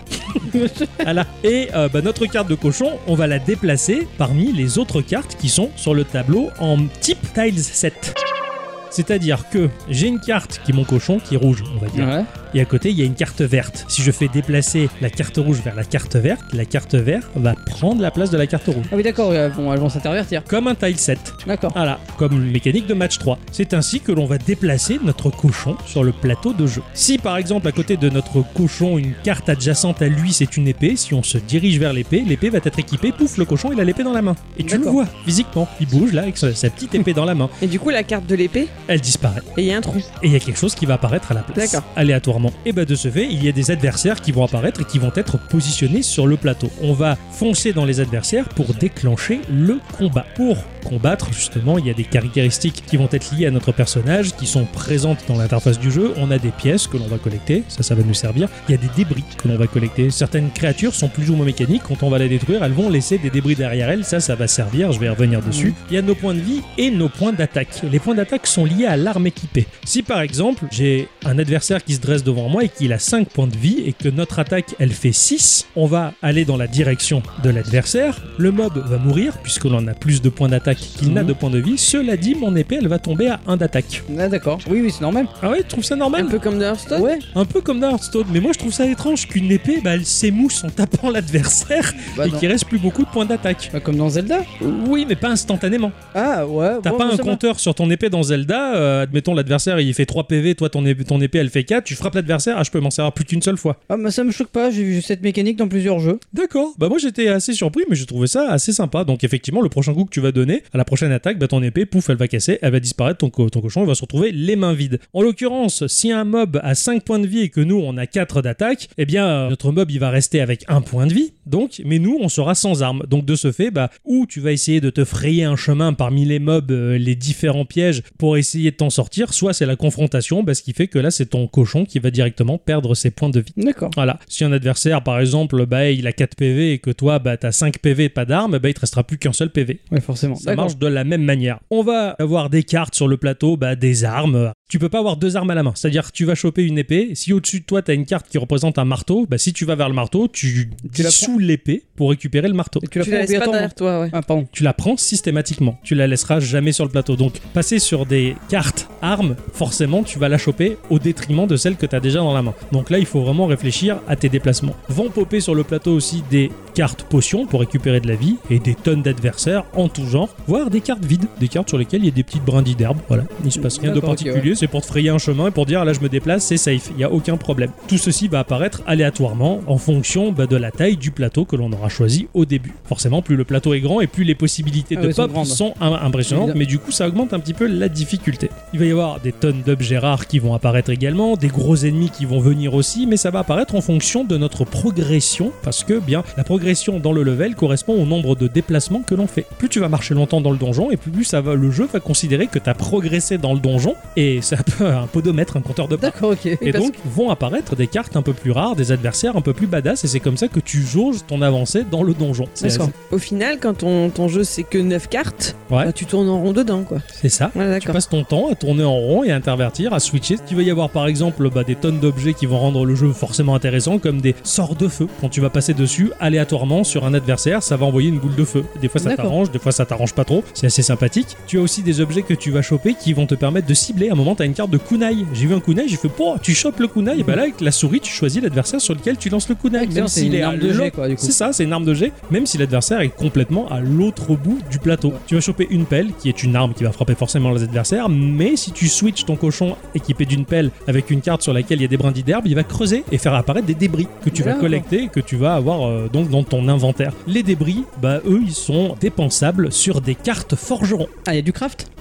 Voilà. Et euh, bah, notre carte de cochon, on va la déplacer parmi les autres cartes qui sont sur le tableau en type Tiles sept. C'est-à-dire que j'ai une carte qui est mon cochon, qui est rouge, on va dire. Ouais. Et à côté, il y a une carte verte. Si je fais déplacer la carte rouge vers la carte verte, la carte verte va prendre la place de la carte rouge. Ah oui, d'accord, euh, bon, elles vont s'intervertir. Comme un tile sept. D'accord. Voilà, comme une mécanique de match trois. C'est ainsi que l'on va déplacer notre cochon sur le plateau de jeu. Si par exemple, à côté de notre cochon, une carte adjacente à lui, c'est une épée, si on se dirige vers l'épée, l'épée va être équipée, pouf, le cochon, il a l'épée dans la main. Et tu le D'accord. vois physiquement. Il bouge là avec sa, sa petite épée dans la main. Et du coup, la carte de l'épée, Elle disparaît. et il y a un trou. Et il y a quelque chose qui va apparaître à la place. D'accord. Aléatoirement. Et bah de ce fait, il y a des adversaires qui vont apparaître et qui vont être positionnés sur le plateau. On va foncer dans les adversaires pour déclencher le combat. Pour combattre, justement, il y a des caractéristiques qui vont être liées à notre personnage, qui sont présentes dans l'interface du jeu. On a des pièces que l'on va collecter, ça, ça va nous servir. Il y a des débris que l'on va collecter. Certaines créatures sont plus ou moins mécaniques. Quand on va les détruire, elles vont laisser des débris derrière elles. Ça, ça va servir. Je vais y revenir dessus. Il y a nos points de vie et nos points d'attaque. Les points d'attaque sont liés à l'arme équipée. Si par exemple, j'ai un adversaire qui se dresse devant moi et qu'il a cinq points de vie et que notre attaque, elle fait six, on va aller dans la direction de l'adversaire. Le mob va mourir puisque l'on a plus de points d'attaque qu'il n'a Mhm. de points de vie. Cela dit, mon épée, elle va tomber à un d'attaque. Ah, d'accord. Oui, oui, c'est normal. Ah ouais, tu trouves ça normal? Un peu comme dans Hearthstone. Ouais. Un peu comme dans Hearthstone, mais moi je trouve ça étrange qu'une épée, bah, elle s'émousse en tapant l'adversaire Bah, et non. qu'il reste plus beaucoup de points d'attaque. Bah, comme dans Zelda. Oui, mais pas instantanément. Ah, ouais. T'as bon, pas bah, un ça va. compteur sur ton épée dans Zelda, euh, admettons l'adversaire il fait trois P V, toi ton épée, ton épée elle fait quatre, tu frappes l'adversaire, ah je peux m'en servir plus qu'une seule fois. Ah, bah, ça me choque pas, j'ai vu cette mécanique dans plusieurs jeux. D'accord, bah moi j'étais assez surpris mais je trouvais ça assez sympa. Donc effectivement le prochain coup que tu vas donner, à la prochaine attaque, bah ton épée, pouf, elle va casser, elle va disparaître, ton, co- ton cochon il va se retrouver les mains vides. En l'occurrence, si un mob a cinq points de vie et que nous on a quatre d'attaque, eh bien euh, notre mob il va rester avec un point de vie, donc, mais nous on sera sans arme. Donc de ce fait, bah, ou tu vas essayer de te frayer un chemin parmi les mobs, euh, les différents pièges pour essayer de t'en sortir, soit c'est la confrontation, bah, ce qui fait que là c'est ton cochon qui va directement perdre ses points de vie. D'accord. Voilà, si un adversaire par exemple, bah, il a quatre P V et que toi bah, t'as cinq P V et pas d'arme, bah, il te restera plus qu'un seul P V. Ouais, forcément. Ça D'accord. marche de la même manière. On va avoir des cartes sur le plateau, bah, des armes. Tu peux pas avoir deux armes à la main. C'est-à-dire que tu vas choper une épée. Si au-dessus de toi, tu as une carte qui représente un marteau, bah, si tu vas vers le marteau, tu, Tu la dissous l'épée pour récupérer le marteau. Et tu la Tu prends la laisses pas obligatoirement. derrière toi, ouais. Ah, pardon. Tu la prends systématiquement. Tu la laisseras jamais sur le plateau. Donc, passer sur des cartes armes, forcément, tu vas la choper au détriment de celle que tu as déjà dans la main. Donc là, il faut vraiment réfléchir à tes déplacements. Vont popper sur le plateau aussi des cartes potions pour récupérer de la vie et des tonnes d'adversaires en tout genre, voire des cartes vides, des cartes sur lesquelles il y a des petites brindilles d'herbe. Voilà, il se passe rien de D'accord, ok, particulier, c'est pour te frayer un chemin et pour dire là je me déplace, c'est safe, il n'y a aucun problème. Tout ceci va apparaître aléatoirement en fonction bah, de la taille du plateau que l'on aura choisi au début. Forcément, plus le plateau est grand et plus les possibilités Ah de oui, sont pop grandes. sont im- impressionnantes, Évidemment. mais du coup ça augmente un petit peu la difficulté. Il va y avoir des tonnes d'objets rares qui vont apparaître également, des gros ennemis qui vont venir aussi, mais ça va apparaître en fonction de notre progression, parce que bien la progression dans le level correspond au nombre de déplacements que l'on fait. Plus tu vas marcher longtemps dans le donjon, et plus ça va, le jeu va considérer que tu as progressé dans le donjon, et c'est un peu un podomètre, un compteur de pas. D'accord, ok. Et donc vont apparaître des cartes un peu plus rares, des adversaires un peu plus badass, et c'est comme ça que tu jauges ton avancée dans le donjon. C'est D'accord. Au final, quand ton, ton jeu c'est que neuf cartes, Ouais. bah, tu tournes en rond dedans, quoi. C'est ça. Voilà, Tu d'accord. passes ton temps à tourner en rond et à intervertir, à switcher. Il va y avoir par exemple bah, des tonnes d'objets qui vont rendre le jeu forcément intéressant, comme des sorts de feu. Quand tu vas passer dessus aléatoirement sur un adversaire, ça va envoyer une boule de feu. Des fois ça D'accord. t'arrange, des fois ça t'arrange pas trop. C'est assez sympathique. Tu as aussi des objets que tu vas choper qui vont te permettre de cibler. À un moment, tu as une carte de kunai. J'ai vu un kunai, j'ai fait, oh, tu chopes le kunai. Et bah là, avec la souris, tu choisis l'adversaire sur lequel tu lances le kunai. Excellent, c'est une est arme à de jet, l'autre- quoi, du coup. C'est ça, c'est une arme de jet, même si l'adversaire est complètement à l'autre bout du plateau. Tu vas choper une pelle, qui est une arme qui va frapper forcément les adversaires, mais si tu switches ton cochon équipé d'une pelle avec une carte sur laquelle il y a des brindilles d'herbe, il va creuser et faire apparaître des débris que tu vas D'accord. collecter et que tu vas avoir euh, donc dans ton inventaire. Les débris, bah eux, ils sont dépensables sur des cartes forgerons. Ah, il y a du craft.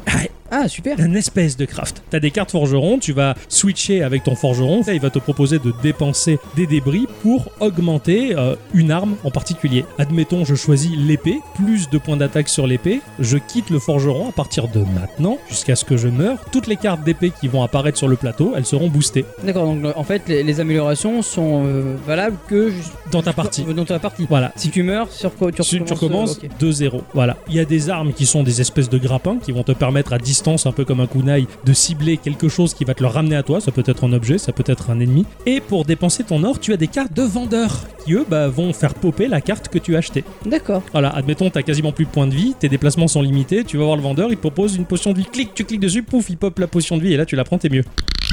Ah, super. Un espèce de craft. T'as des cartes forgeron, tu vas switcher avec ton forgeron, là il va te proposer de dépenser des débris pour augmenter euh, une arme en particulier. Admettons, je choisis l'épée, plus de points d'attaque sur l'épée, je quitte le forgeron à partir de maintenant, jusqu'à ce que je meure. Toutes les cartes d'épée qui vont apparaître sur le plateau, elles seront boostées. D'accord, donc en fait, les, les améliorations sont euh, valables que juste Dans ta partie. dans ta partie. Voilà. Si tu meurs, sur quoi tu Tu, recommences, tu recommences euh, ok. de zéro. Voilà. Il y a des armes qui sont des espèces de grappins qui vont te permettre à distance, un peu comme un kunai, de cibler quelque chose qui va te le ramener à toi. Ça peut être un objet, ça peut être un ennemi. Et pour dépenser ton or, tu as des cartes de vendeurs qui, eux, bah, vont faire popper la carte que tu as achetée. D'accord. Voilà, admettons, t'as quasiment plus de points de vie, tes déplacements sont limités, tu vas voir le vendeur, il te propose une potion de vie. Clique, tu cliques dessus, pouf, il pop la potion de vie et là tu la prends, t'es mieux.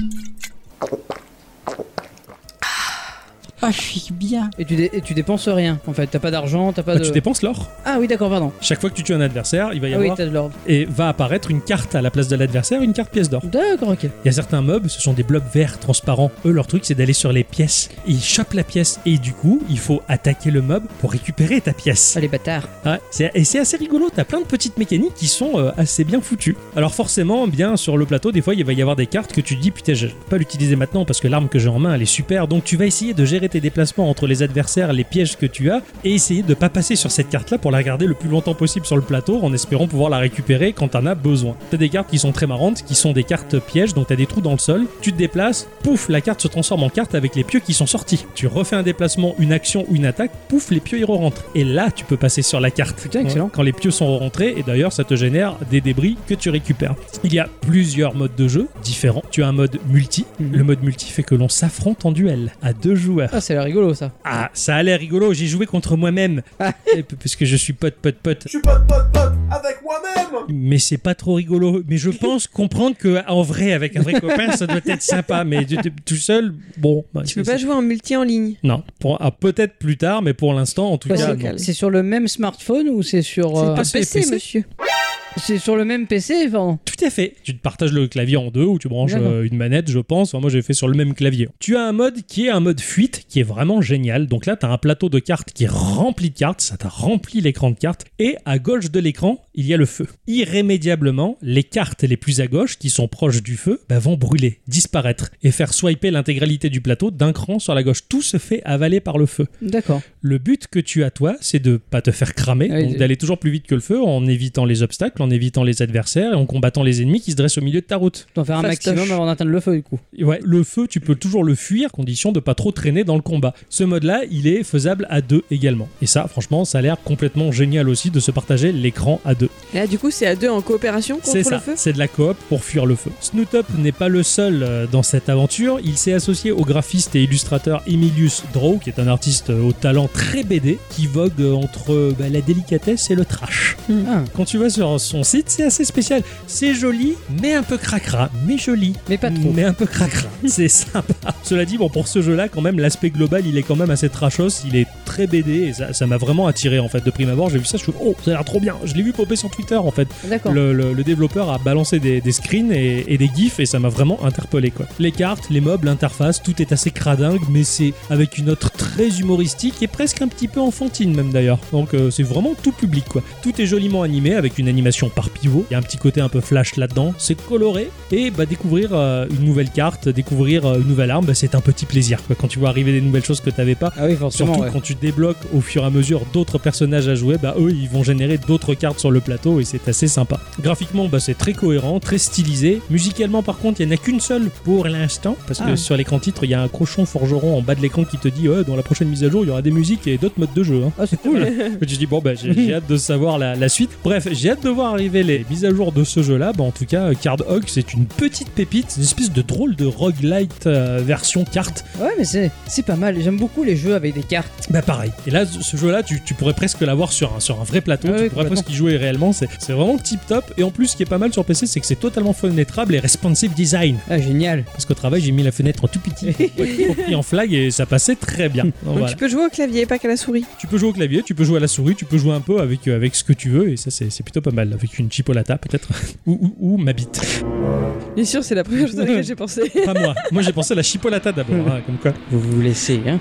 Ah, je suis bien. Et tu, dé- et tu dépenses rien, en fait. T'as pas d'argent, t'as pas Bah, de... tu dépenses l'or. Ah oui, d'accord, pardon. Chaque fois que tu tues un adversaire, il va y Ah oui, avoir t'as de l'ordre. et va apparaître une carte à la place de l'adversaire, une carte pièce d'or. D'accord, ok. Il y a certains mobs, ce sont des blobs verts transparents. Eux, leur truc, c'est d'aller sur les pièces. Et ils chopent la pièce. Et du coup, il faut attaquer le mob pour récupérer ta pièce. Ah, les bâtards. Ouais, c'est- et c'est assez rigolo. T'as plein de petites mécaniques qui sont euh, assez bien foutues. Alors forcément, bien sur le plateau, des fois, il va y avoir des cartes que tu te dis, putain, je vais pas l'utiliser maintenant parce que l'arme que j'ai en main, elle est super. Donc tu vas essayer de gérer tes déplacements entre les adversaires, les pièges que tu as, et essayer de pas passer sur cette carte-là pour la garder le plus longtemps possible sur le plateau en espérant pouvoir la récupérer quand t'en as besoin. T'as des cartes qui sont très marrantes, qui sont des cartes pièges, donc t'as des trous dans le sol, tu te déplaces, pouf, la carte se transforme en carte avec les pieux qui sont sortis. Tu refais un déplacement, une action ou une attaque, pouf, les pieux ils re-rentrent. Et là, tu peux passer sur la carte. Putain, excellent. Quand les pieux sont rentrés, et d'ailleurs, ça te génère des débris que tu récupères. Il y a plusieurs modes de jeu différents. Tu as un mode multi. Mhm. Le mode multi fait que l'on s'affronte en duel à deux joueurs. Ah, c'est l'air rigolo, ça. Ah, ça a l'air rigolo, j'ai joué contre moi-même. Ah. Et p- Parce que je suis pote, pote, pote. Je suis pote, pote, pote avec moi-même. Mais c'est pas trop rigolo. Mais je pense comprendre que en vrai, avec un vrai copain, ça doit être sympa. Mais de- de- tout seul, bon. bah, Tu c'est- peux pas c'est- jouer en multi en ligne. Non, pour- ah, peut-être plus tard, mais pour l'instant, en tout Bah, cas, c'est- non. non. C'est sur le même smartphone ou c'est sur... C'est euh, pas c'est P C, P C. monsieur. C'est sur le même P C, pardon. Tout à fait. Tu te partages le clavier en deux ou tu branches D'accord. euh, une manette, je pense. Enfin, moi, j'ai fait sur le même clavier. Tu as un mode qui est un mode fuite qui est vraiment génial. Donc là, tu as un plateau de cartes qui est rempli de cartes. Ça t'a rempli l'écran de cartes. Et à gauche de l'écran, il y a le feu. Irrémédiablement, les cartes les plus à gauche qui sont proches du feu bah, vont brûler, disparaître et faire swiper l'intégralité du plateau d'un cran sur la gauche. Tout se fait avaler par le feu. D'accord. Le but que tu as, toi, c'est de pas te faire cramer, Ah oui, donc c'est- d'aller toujours plus vite que le feu en évitant les obstacles, en évitant les adversaires et en combattant les ennemis qui se dressent au milieu de ta route. Tu dois faire un Fastoche. maximum avant d'atteindre le feu, du coup. Et ouais, le feu, tu peux toujours le fuir, condition de pas trop traîner dans le combat. Ce mode-là, il est faisable à deux également. Et ça, franchement, ça a l'air complètement génial aussi de se partager l'écran à deux. Et là, du coup, c'est à deux en coopération C'est contre ça, le feu. c'est de la coop pour fuir le feu. Snootop n'est pas le seul euh, dans cette aventure. Il s'est associé au graphiste et illustrateur Emilius Draw, qui est un artiste euh, au talent très B D, qui vogue euh, entre euh, bah, la délicatesse et le trash. Ah, Quand tu vas sur son site, c'est assez spécial. C'est joli, mais un peu cracra. Mais joli. mais pas trop. Mais un peu cracra. C'est sympa. Cela dit, bon, pour ce jeu-là, quand même, l'aspect global, il est quand même assez trashos. Il est très B D et ça ça m'a vraiment attiré, en fait, de prime abord. J'ai vu ça, je suis oh, ça a l'air trop bien. Je l'ai vu popper sur Twitter, en fait. D'accord. Le, le- le développeur a balancé des, des screens et, et des gifs et ça m'a vraiment interpellé, quoi. Les cartes, les mobs, l'interface, tout est assez cradingue, mais c'est avec une note très humoristique et presque un petit peu enfantine, même d'ailleurs. Donc euh, c'est vraiment tout public, quoi. Tout est joliment animé avec une animation par pivot. Il y a un petit côté un peu flash là-dedans. C'est coloré et bah, découvrir euh, une nouvelle carte, découvrir euh, une nouvelle arme, bah, c'est un petit plaisir, quoi. Quand tu vois arriver des nouvelles choses que t'avais pas. Ah oui, forcément. Surtout ouais. quand tu débloques au fur et à mesure d'autres personnages à jouer, bah eux ils vont générer d'autres cartes sur le plateau et c'est assez sympa. Graphiquement, bah c'est très cohérent, très stylisé. Musicalement par contre, il n'y en a qu'une seule pour l'instant parce que Ah. sur l'écran titre, il y a un cochon forgeron en bas de l'écran qui te dit ouais, dans la prochaine mise à jour, il y aura des musiques et d'autres modes de jeu. Hein. Ah, c'est cool. Et tu dis bon bah j'ai j'ai hâte de savoir la, la suite. Bref, j'ai hâte de voir arriver les mises à jour de ce jeu-là. Bah en tout cas, Card Hog c'est une petite pépite, une espèce de drôle de roguelite euh, version carte. Ouais, mais c'est c'est pas mal. J'aime beaucoup les jeux avec des cartes. Bah pareil. Et là, ce jeu-là, tu, tu pourrais presque l'avoir sur un, sur un vrai plateau. Ah tu oui, pourrais complètement. presque y jouer réellement. C'est c'est vraiment tip top. Et en plus, ce qui est pas mal sur P C, c'est que c'est totalement fenêtrable et responsive design. Ah, génial. Parce qu'au travail, j'ai mis la fenêtre en tout petit, compris en flag, et ça passait très bien. Donc, Donc voilà. tu peux jouer au clavier, pas qu'à la souris. Tu peux jouer au clavier, tu peux jouer à la souris, tu peux jouer un peu avec, euh, avec ce que tu veux. Et ça, c'est c'est plutôt pas mal. Avec une chipolata, peut-être. ou, ou, ou ma bite. Bien sûr, c'est la première chose à laquelle j'ai pensé. Pas moi. Moi, j'ai pensé à la chipolata d'abord. hein, comme quoi. Vous vous laissez, hein.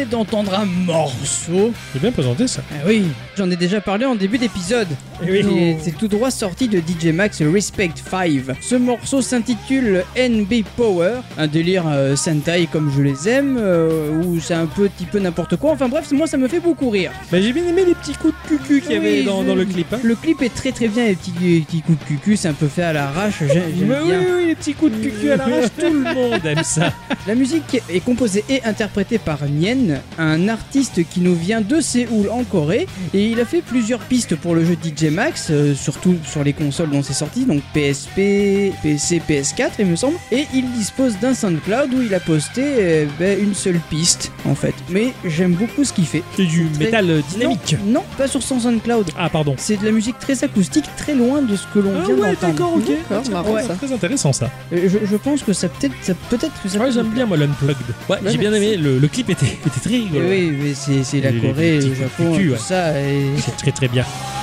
d'entendre un morceau. C'est bien présenté ça. Ah oui, j'en ai déjà parlé en début d'épisode. Eh oui. Et c'est tout droit sorti de D J Max Respect cinq. Ce morceau s'intitule N B Power, un délire euh, Sentai comme je les aime, euh, où c'est un peu, petit peu n'importe quoi. Enfin bref, moi ça me fait beaucoup rire. Bah, j'ai bien aimé les petits coups de cucu qu'il y avait Oui, dans, je- dans le clip. Hein. Le clip est très très bien, les petits, les petits coups de cucu, c'est un peu fait à l'arrache. J'ai- J'aime Mais oui, bien. oui, oui, les petits coups de cucu à l'arrache, tout le monde aime ça. La musique est composée et interprétée par Nien, un artiste qui nous vient de Séoul en Corée, et il a fait plusieurs pistes pour le jeu D J Max, euh, surtout sur les consoles dont c'est sorti, donc P S P, P C, P S quatre il me semble, et il dispose d'un SoundCloud où il a posté euh, ben, une seule piste en fait. Mais j'aime beaucoup ce qu'il fait. C'est du Très- métal euh, dynamique. Non, non, pas sur son SoundCloud. Ah, pardon. C'est de la musique très acoustique, très loin de ce que l'on Ah vient ouais, d'entendre. d'accord, ok. D'accord, Tiens, marrant, ouais, ça. Très intéressant ça. Euh, Je, je pense que ça peut-être, ça peut-être que ça. Ouais, peut j'aime nous bien moi l'unplugged. Ouais, j'ai bien aimé. Le, le clip était, était très plaire. rigolo. Oui, mais c'est c'est la Les- les Corée, petits le Japon, cucu, tout ouais. ça. Et... C'est très très bien.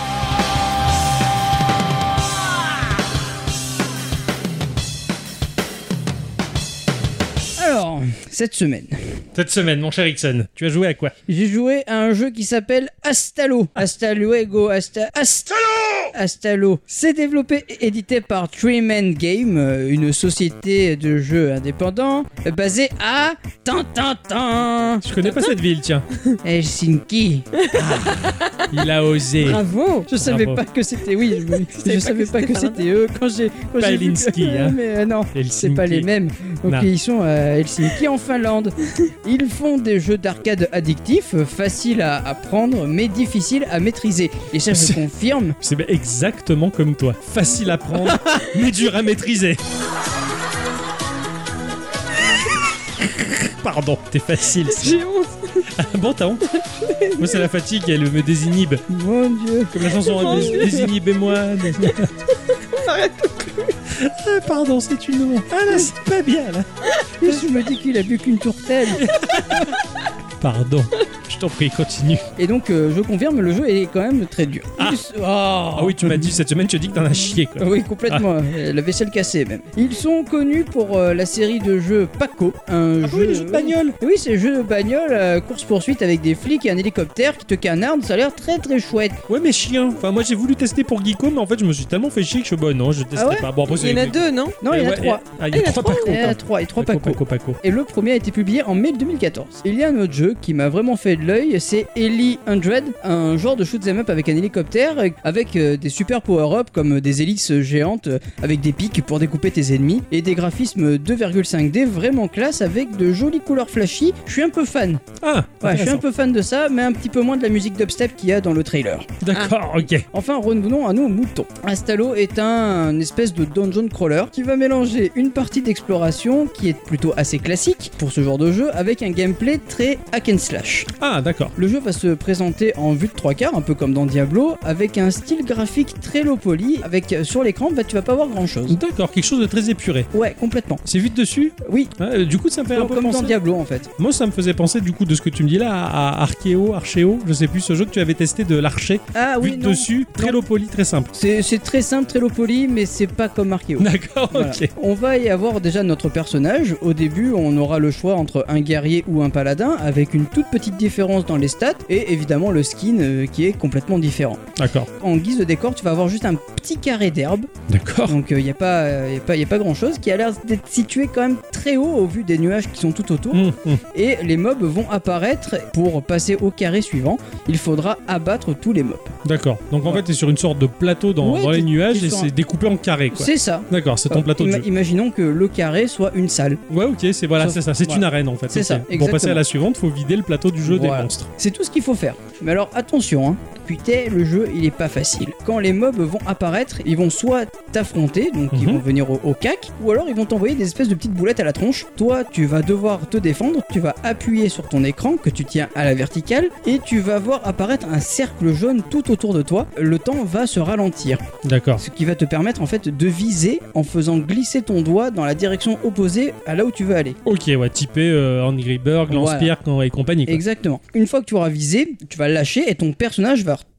Alors, cette semaine, Cette semaine, mon cher Ixon, tu as joué à quoi? j'ai joué à un jeu qui s'appelle Astalo. Hasta luego, hasta... Astalo Astalo. C'est développé et édité par Three Man Game, euh, une société de jeux indépendants euh, basée à Tintintin, Je connais pas cette ville, tiens. Helsinki. Il a osé. Bravo. Je savais Bravo. pas que c'était... Oui, je, me- je pas savais que pas que c'était c'était eux quand j'ai... quand j'ai vu que- Palinski, hein. Mais euh, non, c'est Helsinki. pas les mêmes. Donc Non. ils sont à Helsinki en Finlande. Ils font des jeux d'arcade addictifs, euh, faciles à apprendre mais difficiles à maîtriser. Et ça je C'est- confirme. C'est exactement comme toi. Facile à prendre, mais dur à maîtriser. Pardon, t'es facile. c'est- J'ai honte. Ah bon, t'as honte? Moi, c'est la fatigue, elle me désinhibe. Mon Dieu. Comme la chanson Mon Dés- Dieu. Désinhibez-moi. Arrête. Ah, pardon, c'est une honte. Ah là, c'est pas bien là. Et je me dis qu'il a bu qu'une tourtelle. Pardon. Je t'en prie, continue. Et donc euh, je confirme, le jeu est quand même très dur. Ah. Ils- Oh. Ah oui, tu m'as dit cette semaine, tu as dit que t'en as chié quoi. Oui, complètement. Euh, La vaisselle cassée même. Ils sont connus pour euh, la série de jeux Paco, un Ah jeu. oui, les jeux de bagnole. Oui, c'est jeu de bagnole, euh, course-poursuite avec des flics et un hélicoptère qui te canarde. Ça a l'air très très chouette. Ouais, mais chien. Enfin, moi j'ai voulu tester pour Geeko, mais en fait, je me suis tellement fait chier que je suis bon, non, je testerai Ah ouais pas. Bon, après, Il y en a c'est- deux, non? Non, il y en a Ouais, trois. Ah, il y a Ah, il y en a trois trois, Paco. Il y en a trois et trois Paco, Paco. Paco, Paco. Et le premier a été publié en mai deux mille quatorze. Il y a un autre jeu qui m'a vraiment fait de l'œil, c'est Ellie cent, un genre de shoot'em up avec un hélicoptère, euh, avec euh, des super power-up comme des hélices géantes euh, avec des pics pour découper tes ennemis, et des graphismes deux virgule cinq D vraiment classe avec de jolies couleurs flashy. Je suis un peu fan. Ah, Ouais, je suis un intéressant. peu fan de ça, mais un petit peu moins de la musique dubstep qu'il y a dans le trailer. D'accord, ok. Enfin, revenons à nos moutons. Astalo est un, un espèce de dungeon crawler qui va mélanger une partie d'exploration qui est plutôt assez classique pour ce genre de jeu avec un gameplay très hack and slash. Ah, d'accord. Le jeu va se présenter en vue de trois quarts, un peu comme dans Diablo, avec un style graphique très low poly, avec euh, sur l'écran, bah, tu vas pas voir grand chose. D'accord, quelque chose de très épuré. Ouais, complètement. C'est vite dessus. Oui, Ouais, euh, du coup, ça me fait un comme, peu comme dans penser. Diablo en fait. Moi, ça me faisait penser, du coup, de ce que tu me dis là, à Archeo, Archeo, je sais plus, ce jeu que tu avais testé de l'archer. Ah oui, Vite non. dessus, très Non. low poly, très simple. C'est c'est très simple, très low poly, mais c'est pas comme Archeo. D'accord, Voilà. ok. On va y avoir déjà notre personnage. Au début, on aura le choix entre un guerrier ou un paladin, avec une toute petite différence dans les stats, et évidemment le skin euh, qui est complètement différent. D'accord. En guise de décor, tu vas avoir juste un petit carré d'herbe, D'accord. donc il n'y a pas, y a pas, y a pas grand chose, qui a l'air d'être situé quand même très haut au vu des nuages qui sont tout autour. Hum, hum. Et les mobs vont apparaître. Pour passer au carré suivant, il faudra abattre tous les mobs. D'accord. Donc en Ouais. fait, t'es sur une sorte de plateau dans, Ouais, dans les t'es- nuages t'es et sur c'est un- découpé en carré, quoi. C'est ça. D'accord, c'est ton Euh, plateau de ima- jeu. Imaginons que le carré soit une salle. Ouais, ok, c'est voilà, Sauf- c'est ça, c'est voilà. une arène en fait. C'est ok. ça, Pour passer exactement. à la suivante, faut vider le plateau du jeu Voilà. des monstres. C'est tout ce qu'il faut faire. Mais alors attention, hein. Putain, le jeu il est pas facile. Quand les mobs vont apparaître, ils vont soit t'affronter, donc ils Mhm. vont venir au, au cac, ou alors ils vont t'envoyer des espèces de petites boulettes à la tronche. Toi, tu vas devoir te défendre, tu vas appuyer sur ton écran que tu tiens à la verticale, et tu vas voir apparaître un cercle jaune tout autour de toi. Le temps va se ralentir, D'accord. ce qui va te permettre en fait de viser en faisant glisser ton doigt dans la direction opposée à là où tu veux aller. Ok, ouais, typé euh, Angry Bird, Voilà. Lance-Pierre et compagnie. Quoi. Exactement. Une fois que tu auras visé, tu vas lâcher et ton personnage va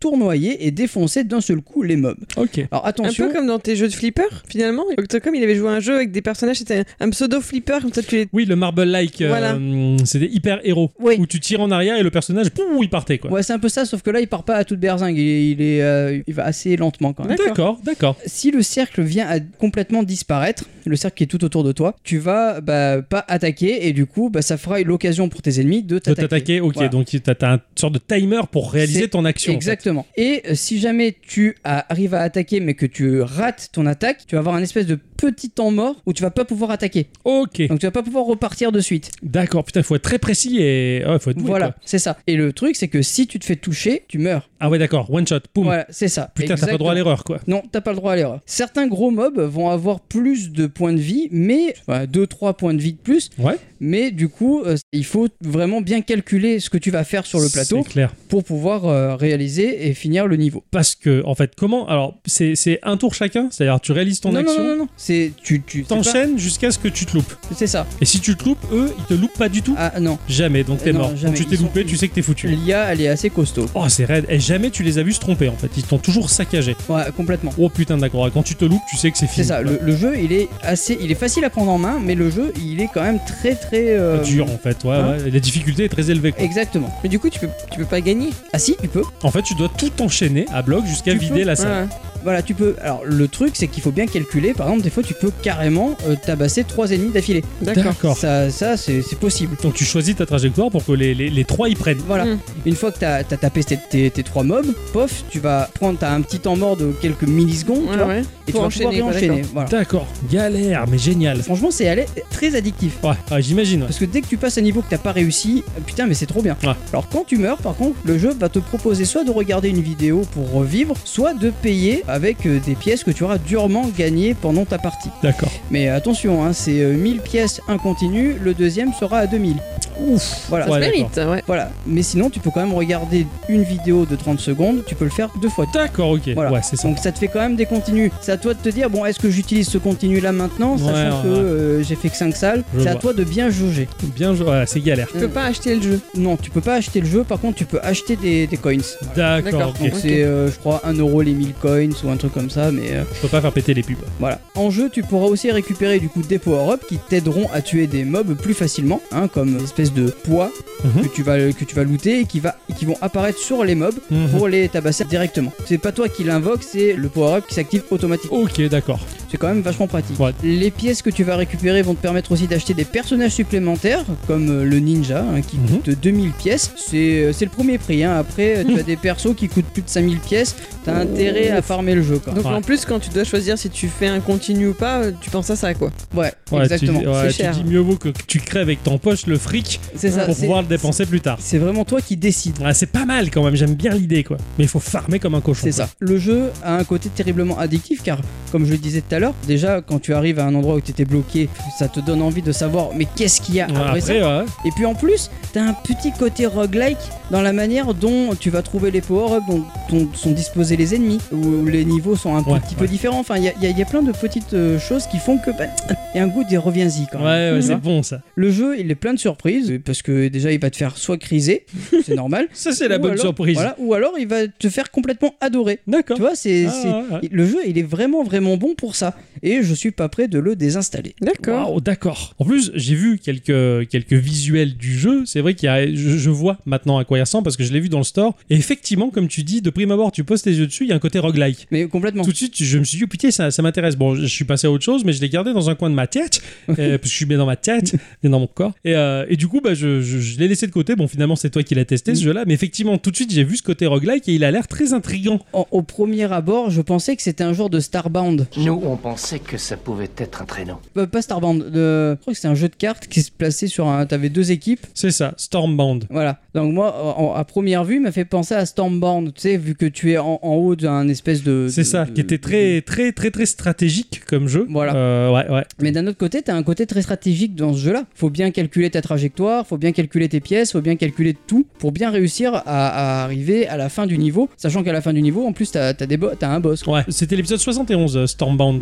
tournoyer et défoncer d'un seul coup les mobs. Ok. Alors Un attention. peu comme dans tes jeux de flipper, finalement. Octocom, il avait joué à un jeu avec des personnages, c'était un, un pseudo-flipper, comme ça tu les... Oui, le Marble-like, euh, Voilà. c'était hyper héros. Oui. Où tu tires en arrière et le personnage, pouf, il partait quoi. Ouais, c'est un peu ça, sauf que là, il part pas à toute berzingue. Il, il est, euh, il va assez lentement quand même. D'accord, d'accord. Si le cercle vient à complètement disparaître, le cercle qui est tout autour de toi, tu vas bah, pas attaquer et du coup, bah, ça fera l'occasion pour tes ennemis de De t'attaquer. t'attaquer, ok, Voilà. donc t'as t'as une sorte de timer pour réaliser C'est- ton action. en fait. Exactement. Et euh, si jamais tu as- arrives à attaquer mais que tu rates ton attaque, tu vas avoir un espèce de petit temps mort où tu vas pas pouvoir attaquer. Ok, Donc tu vas pas pouvoir repartir de suite. d'accord, putain, faut être très précis et. Ouais, faut être doué, Voilà, quoi. c'est ça. Et le truc, c'est que si tu te fais toucher, tu meurs. Ah ouais, d'accord, one shot, poum. Voilà, c'est ça. Putain, t'as pas droit à Exactement. l'erreur quoi. Non, t'as pas le droit à l'erreur. Certains gros mobs vont avoir plus de points de vie, mais deux trois points de vie de plus. Ouais. Mais du coup, euh, il faut vraiment bien calculer ce que tu vas faire sur le plateau C'est clair. pour pouvoir euh, réaliser et finir le niveau. Parce que, en fait, comment. Alors, c'est c'est un tour chacun, c'est-à-dire tu réalises ton non, action, non, non, non, c'est tu tu c'est t'enchaînes jusqu'à ce que tu te loupes. pas- C'est ça. Et si tu te loupes, eux, ils te loupent pas du tout. Ah non, Jamais, donc t'es Non, mort. Quand jamais. tu t'es Ils sont- loupé, tu sais que t'es foutu. l'I A elle est assez costaud. Oh, c'est raide. Et jamais tu les as vus se tromper en fait. Ils t'ont toujours saccagé. Ouais, complètement. Oh putain, d'accord. Quand tu te loupes, tu sais que c'est C'est fini. ça. quoi. Le, le jeu, il est assez, il est facile à prendre en main, mais le jeu, il est quand même très très euh, Dur en fait, ouais, hein. ouais. La difficulté est très élevée. Quoi. Exactement. Mais du coup, tu peux, tu peux pas gagner. Ah si, tu peux. En fait, tu dois tout enchaîner à bloc jusqu'à Tu vider peux, la salle. Ouais. Voilà, tu peux. Alors le truc, c'est qu'il faut bien calculer. Par exemple, des fois, tu peux carrément euh, tabasser trois ennemis d'affilée. D'accord. D'accord. Ça, ça, c'est c'est possible. Donc tu choisis ta trajectoire pour que les, les, les trois y prennent. Voilà. Mm. Une fois que t'as as tapé tes, tes, tes trois mobs, pof, tu vas prendre, t'as un petit temps mort de quelques millisecondes, tu Ouais, vois, ouais. et Faut tu vas enchaîner, pouvoir quoi, enchaîner. d'accord. Voilà. D'accord. Galère, mais génial. Franchement, c'est allé- très addictif. Ouais, ouais, j'imagine. ouais. Parce que dès que tu passes un niveau que t'as pas réussi, euh, putain, mais c'est trop bien. Ouais. Alors quand tu meurs, par contre, le jeu va te proposer soit de regarder une vidéo pour revivre, soit de payer avec euh, des pièces que tu auras durement gagnées pendant ta partie. D'accord. Mais attention, hein, c'est euh, mille pièces un continu, le deuxième sera à deux mille. Ouf. Voilà. Ça Ouais, se d'accord. mérite, ouais. Voilà. Mais sinon, tu peux quand même regarder une vidéo de trente secondes, tu peux le faire deux fois. D'accord, ok. Voilà. Ouais, c'est ça. Donc ça te fait quand même des continus. C'est à toi de te dire, bon, est-ce que j'utilise ce continu là maintenant, sachant Ouais, ouais, que ouais. euh, j'ai fait que cinq salles. Je C'est à vois. toi de bien jauger. Bien joué. Ouais, c'est galère. Tu peux pas acheter le jeu. Non, tu peux pas acheter le jeu, par contre tu peux acheter des, des coins. D'accord, D'accord. ok. Donc Ok. c'est, euh, je crois, un euro les mille coins ou un truc comme ça, mais euh, Je peux pas faire péter les pubs. voilà. En jeu, tu pourras aussi récupérer du coup des power-ups qui t'aideront à tuer des mobs plus facilement, hein, comme une espèce de poids Mhm. que tu vas que tu vas looter et qui va et qui vont apparaître sur les mobs Mhm. pour les tabasser directement. C'est pas toi qui l'invoque, c'est le power-up qui s'active automatiquement. Ok, d'accord. C'est quand même vachement pratique. Ouais. Les pièces que tu vas récupérer vont te permettre aussi d'acheter des personnages supplémentaires, comme euh, le ninja, hein, qui Mhm. coûte deux mille pièces. C'est euh, c'est le premier prix. Hein. Après, euh, tu as des persos qui coûtent plus de cinq mille pièces. T'as intérêt à farmer le jeu. Quoi. Donc Ouais. en plus, quand tu dois choisir si tu fais un continu ou pas, euh, tu penses à ça, quoi. Ouais, Ouais, exactement. Tu, ouais, C'est tu cher. dis mieux vaut que tu crées avec ton poche le fric C'est ça. pour c'est- pouvoir le dépenser plus tard. C'est vraiment toi qui décides. Ah, c'est pas mal quand même, j'aime bien l'idée quoi. Mais il faut farmer comme un cochon. C'est quoi. ça. Le jeu a un côté terriblement addictif car, comme je le disais tout à l'heure, déjà quand tu arrives à un endroit où tu étais bloqué, ça te donne envie de savoir mais qu'est-ce qu'il y a Ouais, après, après, ça. ouais. Et puis en plus, t'as un petit côté roguelike dans la manière dont tu vas trouver les power-ups, dont, dont sont disposés les ennemis, où les niveaux sont un Ouais, petit ouais. peu différents. Enfin, il y, a- il y a- il y a plein de petites euh, choses qui font que bah, il y a un goût des reviens-y quand même. Ouais, ouais, Tu c'est vois. bon ça. Le jeu, il est plein de surprises parce que déjà, il va te faire soit criser, c'est normal. Ça, c'est la ou bonne alors- surprise. Voilà, ou alors il va te faire complètement adorer. D'accord. Tu vois, c'est Ah, c'est- ouais, ouais. le jeu, il est vraiment vraiment bon pour ça. Et je suis pas prêt de le désinstaller. D'accord. Waouh, d'accord. En plus, j'ai vu quelques, quelques visuels du jeu. C'est vrai qu'il y a, je, je vois maintenant à quoi il ressemble parce que je l'ai vu dans le store. Et effectivement, comme tu dis, de prime abord, tu poses tes yeux dessus, il y a un côté roguelike. Mais complètement. Tout de suite, je me suis dit, oh, putain, ça, ça m'intéresse. Bon, je suis passé à autre chose, mais je l'ai gardé dans un coin de ma tête, euh, parce que je suis bien dans ma tête, bien dans mon corps. Et, euh, et du coup, bah, je, je, je l'ai laissé de côté. Bon, finalement, c'est toi qui l'as testé, ce jeu-là. Mais effectivement, tout de suite, j'ai vu ce côté roguelike et il a l'air très intriguant. En- au premier abord, je pensais que c'était un genre de Starbound. Nous, on pensait que ça pouvait être un traîneau. Euh, pas Starbound, le- je crois que c'était un jeu de cartes qui se plaçait sur un. T'avais deux équipes. C'est ça, Stormbound. Voilà. Donc moi, en- à première vue, il m'a fait penser à Stormbound. Tu sais, vu que tu es en, en haut d'un espèce de. C'est de- ça, de- qui était très, très, très, très stratégique comme jeu. Voilà. Euh, ouais, ouais. Mais d'un autre côté, t'as un côté très stratégique dans ce jeu-là. Faut bien calculer ta trajectoire, faut bien calculer tes pièces, faut bien calculer tout pour bien réussir à, à arriver à la fin du niveau. Sachant qu'à la fin du niveau, en plus, t'as as des bo- t'as un boss. Ouais, c'était l'épisode soixante et onze, euh, Stormbound,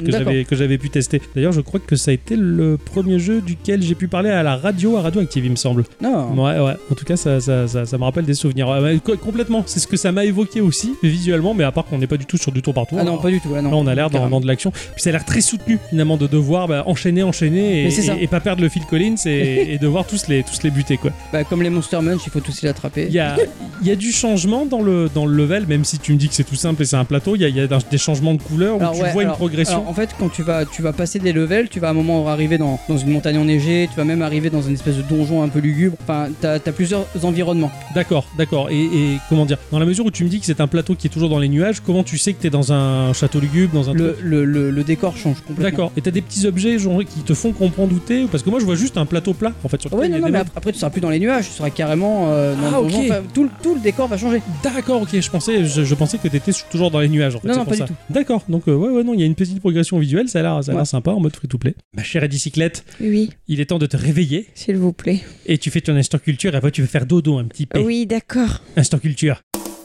que D'accord. j'avais que j'avais pu tester. D'ailleurs, je crois que ça a été le premier jeu duquel j'ai pu parler à la radio, à Radioactive, il me semble. Non. Ouais, ouais. En tout cas, ça, ça, ça, ça me rappelle des souvenirs. Ouais, ouais, co- complètement. C'est ce que ça m'a évoqué aussi, visuellement, mais à part qu'on n'est pas du tout sur du tour par tour. Ah non, pas du tout. Ah non. Là, on a l'air dans, Carrément. dans de l'action. Puis ça a l'air très soutenu, finalement, de devoir bah, enchaîner, enchaîner Mais et, c'est ça. et, et pas perdre le Phil Collins et, et devoir tous les, tous les buter, quoi. Bah, comme les Monster Munch, il faut tous les attraper. Il y a, il y a du changement dans le, dans le level, même si tu me dis que c'est tout simple et c'est un plateau, il y a, il y a des changements de couleurs où Alors, tu ouais, vois alors- une progression. alors, en fait, quand tu vas, tu vas passer des levels, tu vas à un moment arriver dans, dans une montagne enneigée, tu vas même arriver dans une espèce de donjon un peu lugubre. Enfin, t'as as plusieurs environnements. D'accord, d'accord. Et, et comment dire, dans la mesure où tu me dis que c'est un plateau qui est toujours dans les nuages, comment tu sais que t'es dans un château lugubre, dans un Le, truc le, le, le décor change complètement. D'accord. Et t'as des petits objets genre, qui te font comprendre où t'es, parce que moi je vois juste un plateau plat en fait sur Ouais, lequel il y non, a non, des mais maps. après, après, tu seras plus dans les nuages, tu seras carrément euh, dans Ah, le donjon. ok. Enfin, tout, le- tout le décor va changer. D'accord, ok. Je pensais, je, je pensais que t'étais toujours dans les nuages en fait. Non, c'est non, pour pas ça. du tout. D'accord. Donc euh, ouais, ouais, non, il y a une petite progression visuelle. Ça a l'air, ça a l'air Ouais. sympa en mode free to play. Ma chère bicyclette, Oui, il est temps de te réveiller s'il vous plaît. et tu fais ton instant culture. Et après tu veux faire dodo un petit peu. Oui, d'accord. Instant culture.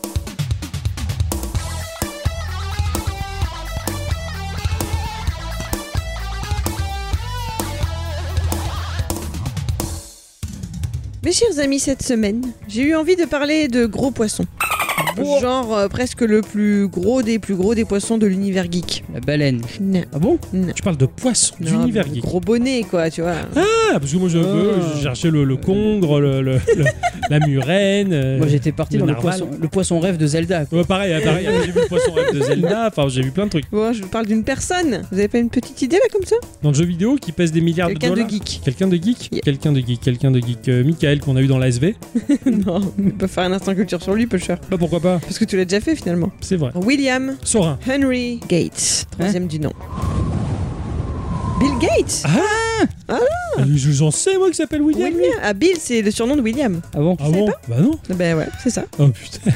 Mes chers amis, cette semaine, j'ai eu envie de parler de gros poissons. Genre euh, presque le plus gros des plus gros des poissons de l'univers geek. La baleine. Non, Ah bon non. Tu parles de poissons Non, d'univers le geek. gros bonnet, quoi, tu vois. Ah, parce que moi je, Ah. je cherchais le, le congre, le, le- le- la murène. euh, Moi j'étais parti le dans le narval. poisson, le poisson rêve de Zelda. quoi. Ouais, pareil, hein, pareil. J'ai vu le poisson rêve de Zelda. Enfin, j'ai vu plein de trucs. Bon, je vous parle d'une personne. Vous avez pas une petite idée là comme ça? Dans le jeu vidéo qui pèse des milliards de Quelqu'un de dollars. geek. Quelqu'un de geek Yeah. Quelqu'un de geek, quelqu'un de geek. Euh, Michael qu'on a eu dans l'A S V. Non, on peut faire un instant culture sur lui, peu cher. Bah pourquoi pas. Parce que tu l'as déjà fait finalement. C'est vrai. William Sorin. Henry Gates, troisième du nom. Bill Gates. Euh, je- J'en sais moi qui s'appelle William. lui. William. Ah, Bill, c'est le surnom de William. Ah bon Ah bon Bah non. Ben ouais, c'est ça. Oh putain.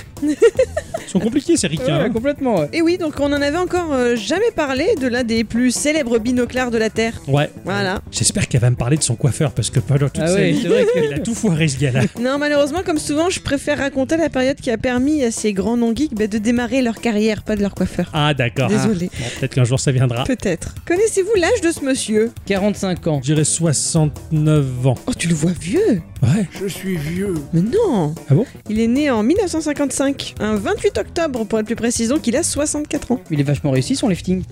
Ils sont compliqués ces ricains. Ouais, hein. complètement. Ouais. Et oui, donc on en avait encore euh, jamais parlé de l'un des plus célèbres binoclars de la Terre. Ouais. Voilà. J'espère qu'elle va me parler de son coiffeur parce que pendant toute Ah sa ouais, vie, c'est vrai que- il a tout foiré ce gars-là. Non, malheureusement, comme souvent, je préfère raconter la période qui a permis à ces grands noms geeks bah, de démarrer leur carrière, pas de leur coiffeur. Ah d'accord. Désolé. Bon, peut-être qu'un jour ça viendra. Peut-être. Connaissez-vous l'âge de ce monsieur? quarante-cinq ans. Je dirais soixante-neuf ans. Oh, tu le vois vieux. Ouais. Je suis vieux. Mais non. Ah bon? Il est né en mille neuf cent cinquante-cinq, un vingt-huit octobre pour être plus précis, donc il a soixante-quatre ans. Il est vachement réussi son lifting.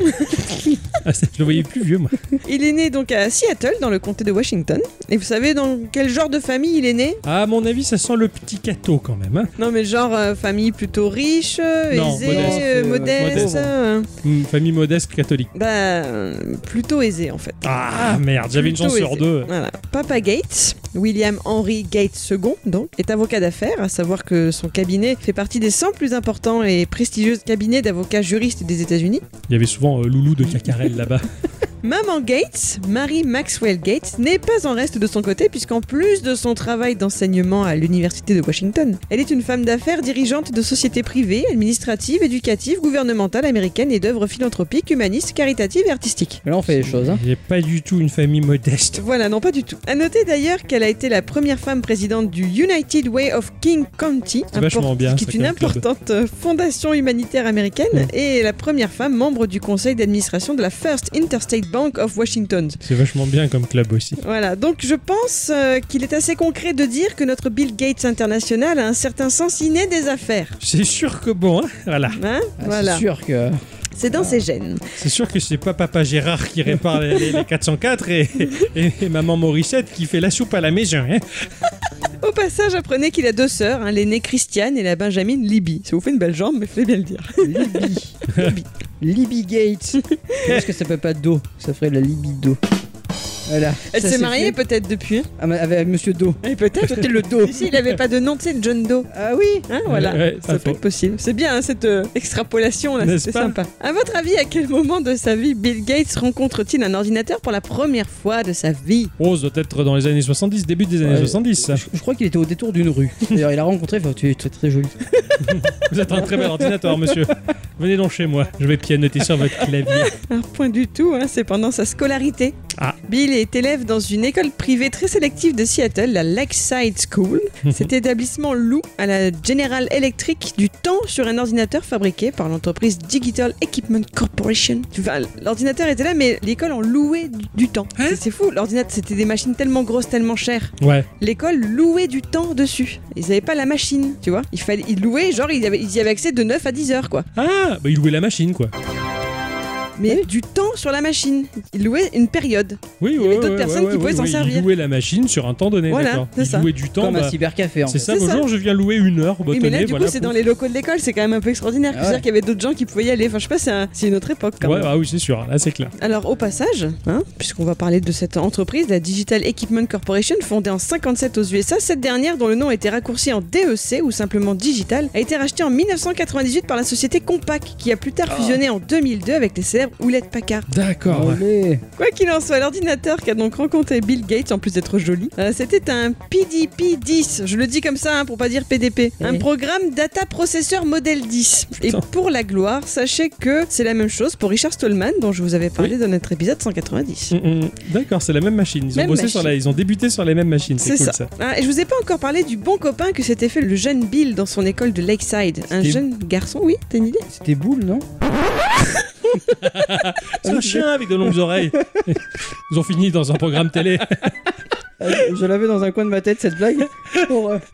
Ah, c'est- je le voyais plus vieux moi. Il est né donc à Seattle, dans le comté de Washington. Et vous savez dans quel genre de famille il est né? Ah, à mon avis, ça sent le petit cateau quand même. Hein. Non mais genre euh, famille plutôt riche, euh, Non, aisée, modeste. euh, Euh, modeste. modeste. euh, Une famille modeste catholique. bah euh, plutôt aisée en fait. Ah, merde, j'avais une Plutôt chance sur aisée. deux. Voilà. Papa Gates, William Henry Gates second, donc, est avocat d'affaires, à savoir que son cabinet fait partie des cent plus importants et prestigieux cabinets d'avocats juristes des États-Unis. Il y avait souvent euh, Loulou de Cacarel là-bas. Maman Gates, Mary Maxwell Gates, n'est pas en reste de son côté puisqu'en plus de son travail d'enseignement à l'université de Washington, elle est une femme d'affaires dirigeante de sociétés privées, administratives, éducatives, gouvernementales américaines et d'œuvres philanthropiques, humanistes, caritatives et artistiques. Là on fait les choses. Hein. Il n'est pas du tout une famille modeste. Voilà, non pas du tout. À noter d'ailleurs qu'elle a été la première femme présidente du United Way of King County, C'est vachement bien, qui ça, est une comme club. importante euh, fondation humanitaire américaine, Ouais. et la première femme membre du conseil d'administration de la First Interstate Bank of Washington. C'est vachement bien comme club aussi. Voilà, donc je pense euh, qu'il est assez concret de dire que notre Bill Gates international a un certain sens inné des affaires. C'est sûr que bon, hein, voilà. Hein Ah, voilà, C'est sûr que. c'est dans ses gènes. C'est sûr que c'est pas Papa Gérard qui répare les, les- les quatre cent quatre et, et- et Maman Morissette qui fait la soupe à la maison. Hein. Au passage, apprenez qu'il a deux sœurs, hein, l'aînée Christiane et la Benjamine Libby. Ça vous fait une belle jambe, mais fallait bien le dire. Libby. Libby Gates. Est-ce que ça peut pas Do? Ça ferait de la libido. Voilà. Elle Ça s'est c'est mariée fait. peut-être depuis. hein. Ah, mais avec Monsieur Do. Et peut-être. C'était le Do. Si, il avait pas de nom, tu sais, le John Doe. Ah oui. Hein, voilà, Ouais, ça pas peut faux. être possible. C'est bien hein, cette euh, extrapolation là, N'est-ce c'est pas sympa. À votre avis, à quel moment de sa vie Bill Gates rencontre-t-il un ordinateur pour la première fois de sa vie? Oh, ça doit être dans les années soixante-dix, début des années Ouais. soixante-dix, ça. Je, je crois qu'il était au détour d'une rue. D'ailleurs, il a rencontré. Enfin, tu es très très joli. Vous êtes un très bel ordinateur, monsieur. Venez donc chez moi, je vais pianoter sur votre clavier. Alors, point du tout, hein, c'est pendant sa scolarité. Ah. Bill est élève dans une école privée très sélective de Seattle, la Lakeside School. Cet établissement loue à la General Electric du temps sur un ordinateur fabriqué par l'entreprise Digital Equipment Corporation. Enfin, l'ordinateur était là, mais l'école en louait du, du temps. Hein c'est, c'est fou, l'ordinateur, c'était des machines tellement grosses, tellement chères. Ouais. L'école louait du temps dessus. Ils n'avaient pas la machine, tu vois. Il fallait, ils louaient, genre, ils, avaient, ils y avaient accès de neuf à dix heures, quoi. Ah, bah il louait la machine, quoi. Mais du temps sur la machine. Ils louaient une période. Oui, Il y ouais, avait d'autres ouais, personnes ouais, qui ouais, pouvaient s'en ouais, servir. Il louait la machine sur un temps donné, Voilà, d'accord. c'est Il ça. louait du temps. Comme bah, un cybercafé en c'est fait. ça, C'est bonjour, ça. je viens louer une heure. Bah, Oui, mais là, tenez, du voilà, coup, c'est pour- dans les locaux de l'école, c'est quand même un peu extraordinaire. Ah C'est-à-dire ouais. qu'il y avait d'autres gens qui pouvaient y aller. Enfin, je sais pas, c'est, un- c'est une autre époque quand Ouais, même. ah oui, c'est sûr, là c'est clair. Alors, au passage, hein, puisqu'on va parler de cette entreprise, la Digital Equipment Corporation, fondée en cinquante-sept aux U S A, cette dernière, dont le nom a été raccourci en D E C ou simplement Digital, a été rachetée en dix-neuf cent quatre-vingt-dix-huit par la société Compaq, qui a plus tard fusionné en deux mille deux avec les célèbres Hewlett Packard. D'accord. ouais. Olé. Quoi qu'il en soit, l'ordinateur qui a donc rencontré Bill Gates, en plus d'être joli, euh, c'était un P D P dix. Je le dis comme ça, hein, pour pas dire P D P. Un Oui. programme Data Processor Model dix. Et pour la gloire, sachez que c'est la même chose pour Richard Stallman, dont je vous avais parlé dans notre épisode cent quatre-vingt-dix. Mm, mm. D'accord, c'est la même machine. Ils ont Même bossé machine. sur la, ils ont débuté sur les mêmes machines. C'est, C'est cool ça. ça. Ah, et je vous ai pas encore parlé du bon copain que s'était fait le jeune Bill dans son école de Lakeside. Un C'était- jeune garçon, oui, t'as une idée? C'était boule, non? C'est un chien avec de longues oreilles. Ils ont fini dans un programme télé. Euh, Je l'avais dans un coin de ma tête cette blague. Pour, euh,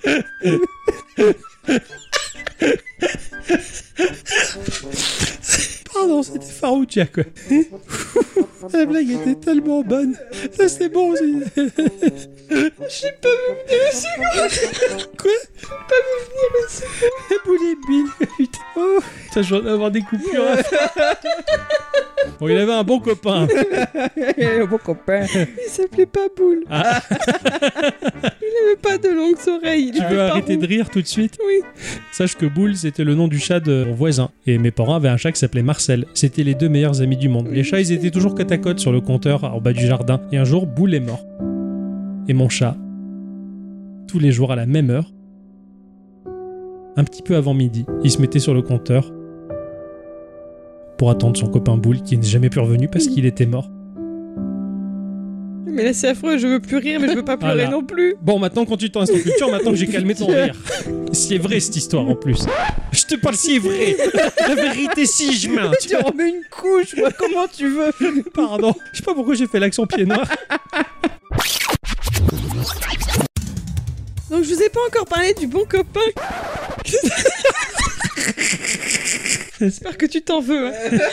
Pardon, c'était Farouchia quoi. La blague était tellement bonne. Ça c'est bon. J'ai pas vu venir ici quoi. Pas vu venir ici. Boulet Bill. Putain. Oh. Ça je vais en avoir des coupures. Bon, il avait un bon copain. bon copain. Il s'appelait pas Boule. Ah. Il avait pas de longues oreilles. Tu veux arrêter de rire tout de suite? Oui. Sache que Boule, c'était le nom du chat de mon voisin. Et mes parents avaient un chat qui s'appelait Marcel. C'était les deux meilleurs amis du monde. Les chats, ils étaient toujours côte à côte sur le compteur en bas du jardin. Et un jour, Boule est mort. Et mon chat, tous les jours à la même heure, un petit peu avant midi, il se mettait sur le compteur pour attendre son copain Boule qui n'est jamais plus revenu parce qu'il était mort. Mais là, c'est affreux. Je veux plus rire, mais je veux pas pleurer Voilà. non plus. Bon, maintenant, quand tu t'en restes en culture, maintenant que j'ai calmé ton rire. C'est vrai cette histoire en plus. Je te parle, c'est vrai. La vérité, si je mens. Tu Tu remets une couche, moi, comment tu veux? Pardon. Je sais pas pourquoi j'ai fait l'accent pied noir. Donc, je vous ai pas encore parlé du bon copain. J'espère que tu t'en veux. Hein.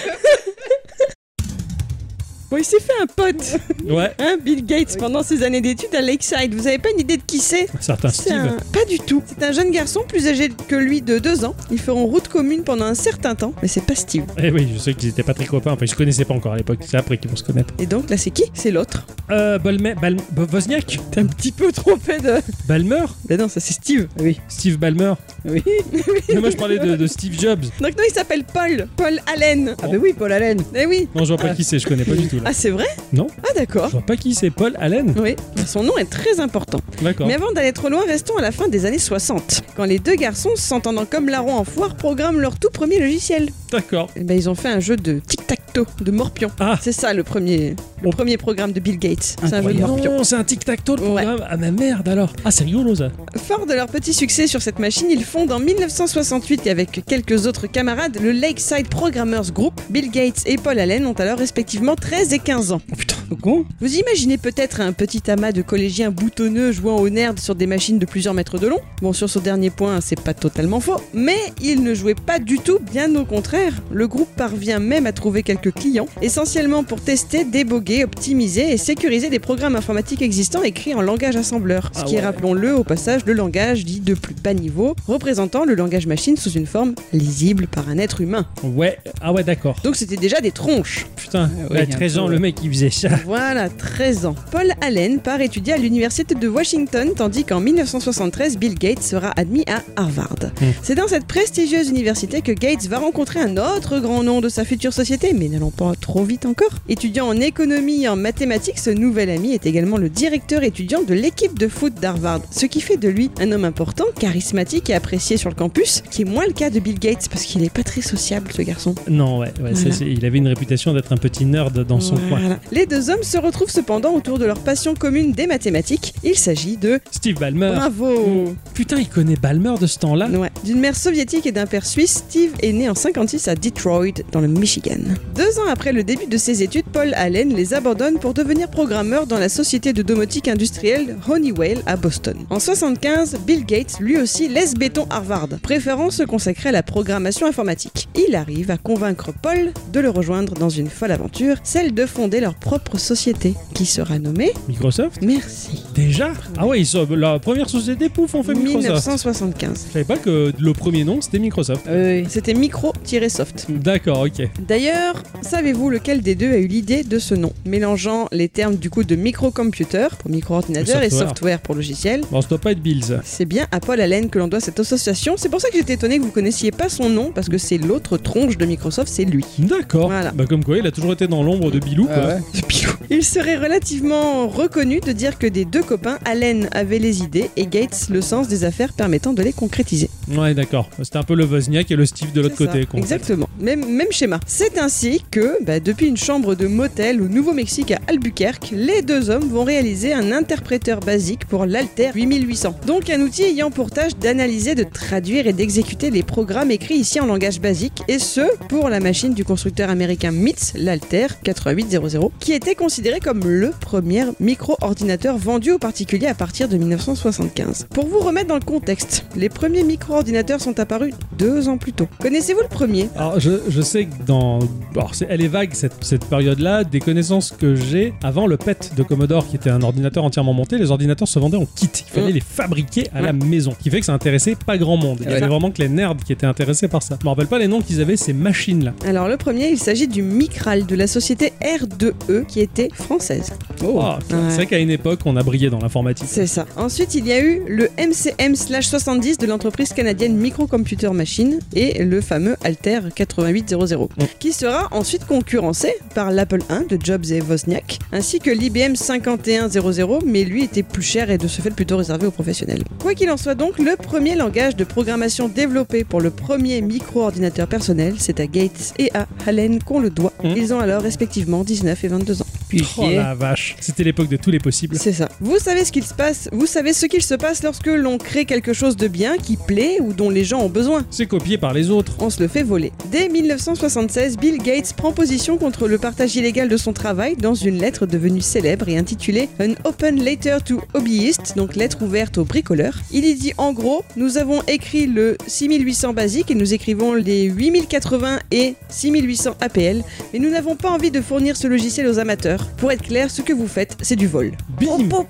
Bon, il s'est fait un pote, Ouais. hein, Bill Gates, pendant ses années d'études à Lakeside. Vous avez pas une idée de qui c'est? Un certain C'est Steve. un- Pas du tout. C'est un jeune garçon plus âgé que lui de deux ans. Ils feront route commune pendant un certain temps, mais c'est pas Steve. Eh oui, je sais qu'ils étaient pas très copains. Enfin, ils se connaissaient pas encore à l'époque. C'est après qu'ils vont se connaître. Et donc, là, c'est qui? C'est l'autre. Euh, Balmer, Bal... Bo- Wozniak T'es un petit peu trompé de... Balmer Ben non, ça c'est Steve. Oui. Steve Ballmer. Oui. Mais moi, je parlais de, de Steve Jobs. Donc non, il s'appelle Paul. Paul Allen. Ah bah oui, Paul Allen. Eh oui. Non, je vois pas qui c'est. Je connais pas du tout là. Ah, c'est vrai? Non, Ah, d'accord. je vois pas qui c'est. Paul Allen. Oui, son nom est très important. D'accord. Mais avant d'aller trop loin, restons à la fin des années soixante, quand les deux garçons, s'entendant comme larrons en foire, programment leur tout premier logiciel. D'accord. Eh ben, ils ont fait un jeu de tic-tac-toe, de morpion. Ah. C'est ça le premier, le Oh. premier programme de Bill Gates. C'est un jeu de Incroyable. morpion. Non, c'est un tic-tac-toe le Ouais. programme. Ah, ma merde alors. Ah, c'est rigolo ça. Fort de leur petit succès sur cette machine, ils fondent en mille neuf cent soixante-huit et avec quelques autres camarades le Lakeside Programmers Group. Bill Gates et Paul Allen ont alors respectivement treize et quinze ans. Oh putain, con. Vous imaginez peut-être un petit amas de collégiens boutonneux jouant au nerd sur des machines de plusieurs mètres de long. Bon, sur ce dernier point, c'est pas totalement faux, mais ils ne jouaient pas du tout, bien au contraire. Le groupe parvient même à trouver quelques clients, essentiellement pour tester, déboguer, optimiser et sécuriser des programmes informatiques existants écrits en langage assembleur. Ce Ah qui est, ouais. rappelons-le, au passage, le langage dit de plus bas niveau, représentant le langage machine sous une forme lisible par un être humain. Ouais. Ah ouais, d'accord. Donc c'était déjà des tronches. Putain. ouais, ouais, y a un treize ans, peu, le ouais. mec, il faisait ça. Voilà, treize ans. Paul Allen part étudier à l'université de Washington, tandis qu'en mille neuf cent soixante-treize, Bill Gates sera admis à Harvard. Hmm. C'est dans cette prestigieuse université que Gates va rencontrer un autre grand nom de sa future société, mais n'allons pas trop vite encore. Étudiant en économie et en mathématiques, ce nouvel ami est également le directeur étudiant de l'équipe de foot d'Harvard, ce qui fait de lui un homme important, charismatique et apprécié sur le campus, qui est moins le cas de Bill Gates parce qu'il est pas très sociable ce garçon. Non, ouais. ouais ça, Voilà. c'est- il avait une réputation d'être un petit nerd dans son coin. Voilà. Les deux deux hommes se retrouvent cependant autour de leur passion commune des mathématiques. Il s'agit de... Steve Ballmer. Bravo. Putain, il connaît Ballmer de ce temps-là. Ouais. D'une mère soviétique et d'un père suisse, Steve est né en cinquante-six à Detroit, dans le Michigan. Deux ans après le début de ses études, Paul Allen les abandonne pour devenir programmeur dans la société de domotique industrielle Honeywell à Boston. En soixante-quinze, Bill Gates, lui aussi, laisse béton Harvard, préférant se consacrer à la programmation informatique. Il arrive à convaincre Paul de le rejoindre dans une folle aventure, celle de fonder leur propre société, qui sera nommée... Microsoft. Merci. Déjà? Ah ouais, ils sont la première société, pouf, on fait Microsoft. mille neuf cent soixante-quinze. Je savais pas que le premier nom c'était Microsoft. Euh, C'était Micro-Soft. D'accord, ok. D'ailleurs, savez-vous lequel des deux a eu l'idée de ce nom, mélangeant les termes du coup de microcomputer pour micro-ordinateur et Software. software pour logiciel? Bon, ça doit pas être Bill, ça. C'est bien à Paul Allen que l'on doit cette association. C'est pour ça que j'étais étonné que vous connaissiez pas son nom, parce que c'est l'autre tronche de Microsoft, c'est lui. D'accord. Voilà. Bah comme quoi, il a toujours été dans l'ombre de Bilou, quoi. ah ouais. Il serait relativement reconnu de dire que des deux copains, Allen avait les idées et Gates le sens des affaires permettant de les concrétiser. Ouais, d'accord. C'était un peu le Wozniak et le Steve de l'autre C'est côté, ça, quoi. en fait. exactement. Même, même schéma. C'est ainsi que, bah, depuis une chambre de motel au Nouveau-Mexique à Albuquerque, les deux hommes vont réaliser un interpréteur basique pour l'Alter huit mille huit cents. Donc un outil ayant pour tâche d'analyser, de traduire et d'exécuter les programmes écrits ici en langage basique, et ce, pour la machine du constructeur américain M I T S, l'Alter quatre-vingt-huit cent, qui était considéré comme le premier micro-ordinateur vendu aux particuliers à partir de mille neuf cent soixante-quinze. Pour vous remettre dans le contexte, les premiers micro-ordinateurs sont apparus deux ans plus tôt. Connaissez-vous le premier ? Alors, je, je sais que dans... Alors, c'est, elle est vague, cette, cette période-là. Des connaissances que j'ai, avant le P E T de Commodore, qui était un ordinateur entièrement monté, les ordinateurs se vendaient en kit. Il fallait Mmh. les fabriquer à la maison. Ce qui fait que ça intéressait pas grand monde. Il y Ouais. avait vraiment que les nerds qui étaient intéressés par ça. Je me rappelle pas les noms qu'ils avaient, ces machines-là. Alors le premier, il s'agit du Micral de la société R deux E qui était française. Oh. Ah, putain, Ouais. C'est vrai qu'à une époque, on a brillé dans l'informatique. C'est ça. Ensuite, il y a eu le M C M soixante-dix de l'entreprise canadienne Microcomputer Machine et le fameux Alter quatre-vingt-huit cent, Mm. qui sera ensuite concurrencé par l'Apple un de Jobs et Wozniak, ainsi que l'I B M cinquante et un cent, mais lui était plus cher et de ce fait plutôt réservé aux professionnels. Quoi qu'il en soit donc, le premier langage de programmation développé pour le premier micro-ordinateur personnel, c'est à Gates et à Allen qu'on le doit. Mm. Ils ont alors respectivement dix-neuf et vingt-deux ans. Oh la vache. C'était l'époque de tous les possibles. C'est ça. Vous savez ce qu'il se passe, vous savez ce qu'il se passe lorsque l'on crée quelque chose de bien, qui plaît ou dont les gens ont besoin. C'est copié par les autres. On se le fait voler. Dès mille neuf cent soixante-seize, Bill Gates prend position contre le partage illégal de son travail dans une lettre devenue célèbre et intitulée An Open Letter to Hobbyists, donc lettre ouverte aux bricoleurs. Il y dit en gros, nous avons écrit le six mille huit cents basique et nous écrivons les huit mille quatre-vingts et six mille huit cents A P L, mais nous n'avons pas envie de fournir ce logiciel aux amateurs. Pour être clair, ce que vous faites, c'est du vol. Bim.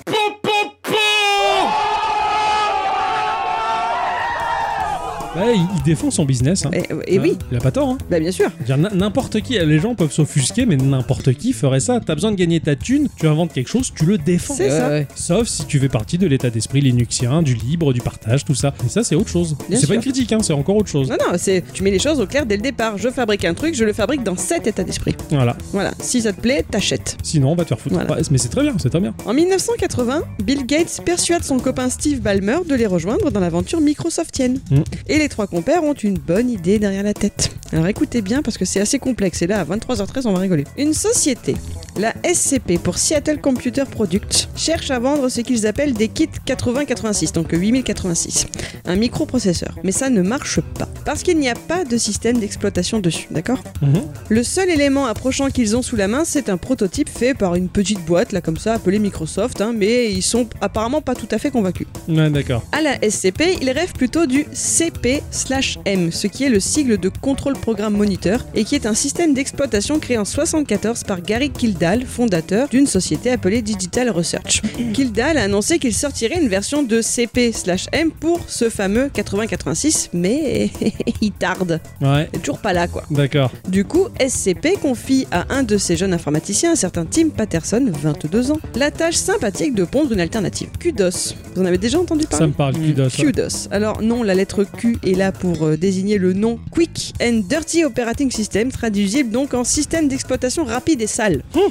Ouais, il, il défend son business. Hein. Et, et oui, Il a pas tort. Hein. bah bien sûr. Je veux dire, n- n'importe qui, les gens peuvent s'offusquer, mais n'importe qui ferait ça. T'as besoin de gagner ta thune, tu inventes quelque chose, tu le défends. C'est ça. ouais. Sauf si tu fais partie de l'état d'esprit linuxien, du libre, du partage, tout ça. Et ça, c'est autre chose. Bien C'est pas sûr. une critique, hein, c'est encore autre chose. Non, non, c'est tu mets les choses au clair dès le départ. Je fabrique un truc, je le fabrique dans cet état d'esprit. Voilà. Voilà, si ça te plaît, t'achètes. Sinon, on va te faire foutre. Voilà. Ouais, mais c'est très bien, c'est très bien. En mille neuf cent quatre-vingts, Bill Gates persuade son copain Steve Ballmer de les rejoindre dans l'aventure microsoftienne. Mm. Et les trois compères ont une bonne idée derrière la tête. Alors écoutez bien parce que c'est assez complexe et là à vingt-trois heures treize on va rigoler. Une société, la S C P pour Seattle Computer Products, cherche à vendre ce qu'ils appellent des kits quatre-vingts quatre-vingt-six, donc huit mille quatre-vingt-six, un microprocesseur. Mais ça ne marche pas parce qu'il n'y a pas de système d'exploitation dessus, d'accord ? Mhm. Le seul élément approchant qu'ils ont sous la main, c'est un prototype fait par une petite boîte, là comme ça, appelée Microsoft, hein, mais ils sont apparemment pas tout à fait convaincus. Ouais, d'accord. À la S C P, ils rêvent plutôt du C P slash M, ce qui est le sigle de Control Program Monitor, et qui est un système d'exploitation créé en soixante-quatorze par Gary Kildall, fondateur d'une société appelée Digital Research. Kildall a annoncé qu'il sortirait une version de C P slash M pour ce fameux quatre-vingts quatre-vingt-six, mais il tarde. Ouais, Il est toujours pas là, quoi. d'accord. Du coup, S C P confie à un de ses jeunes informaticiens, un certain Tim Patterson, vingt-deux ans, la tâche sympathique de pondre une alternative. Q D O S. Vous en avez déjà entendu Ça parler me parle, Q D O S. Q D O S. Alors non, la lettre Q est là pour euh, désigner le nom Quick and Dirty Operating System, traduisible donc en système d'exploitation rapide et sale. Hum,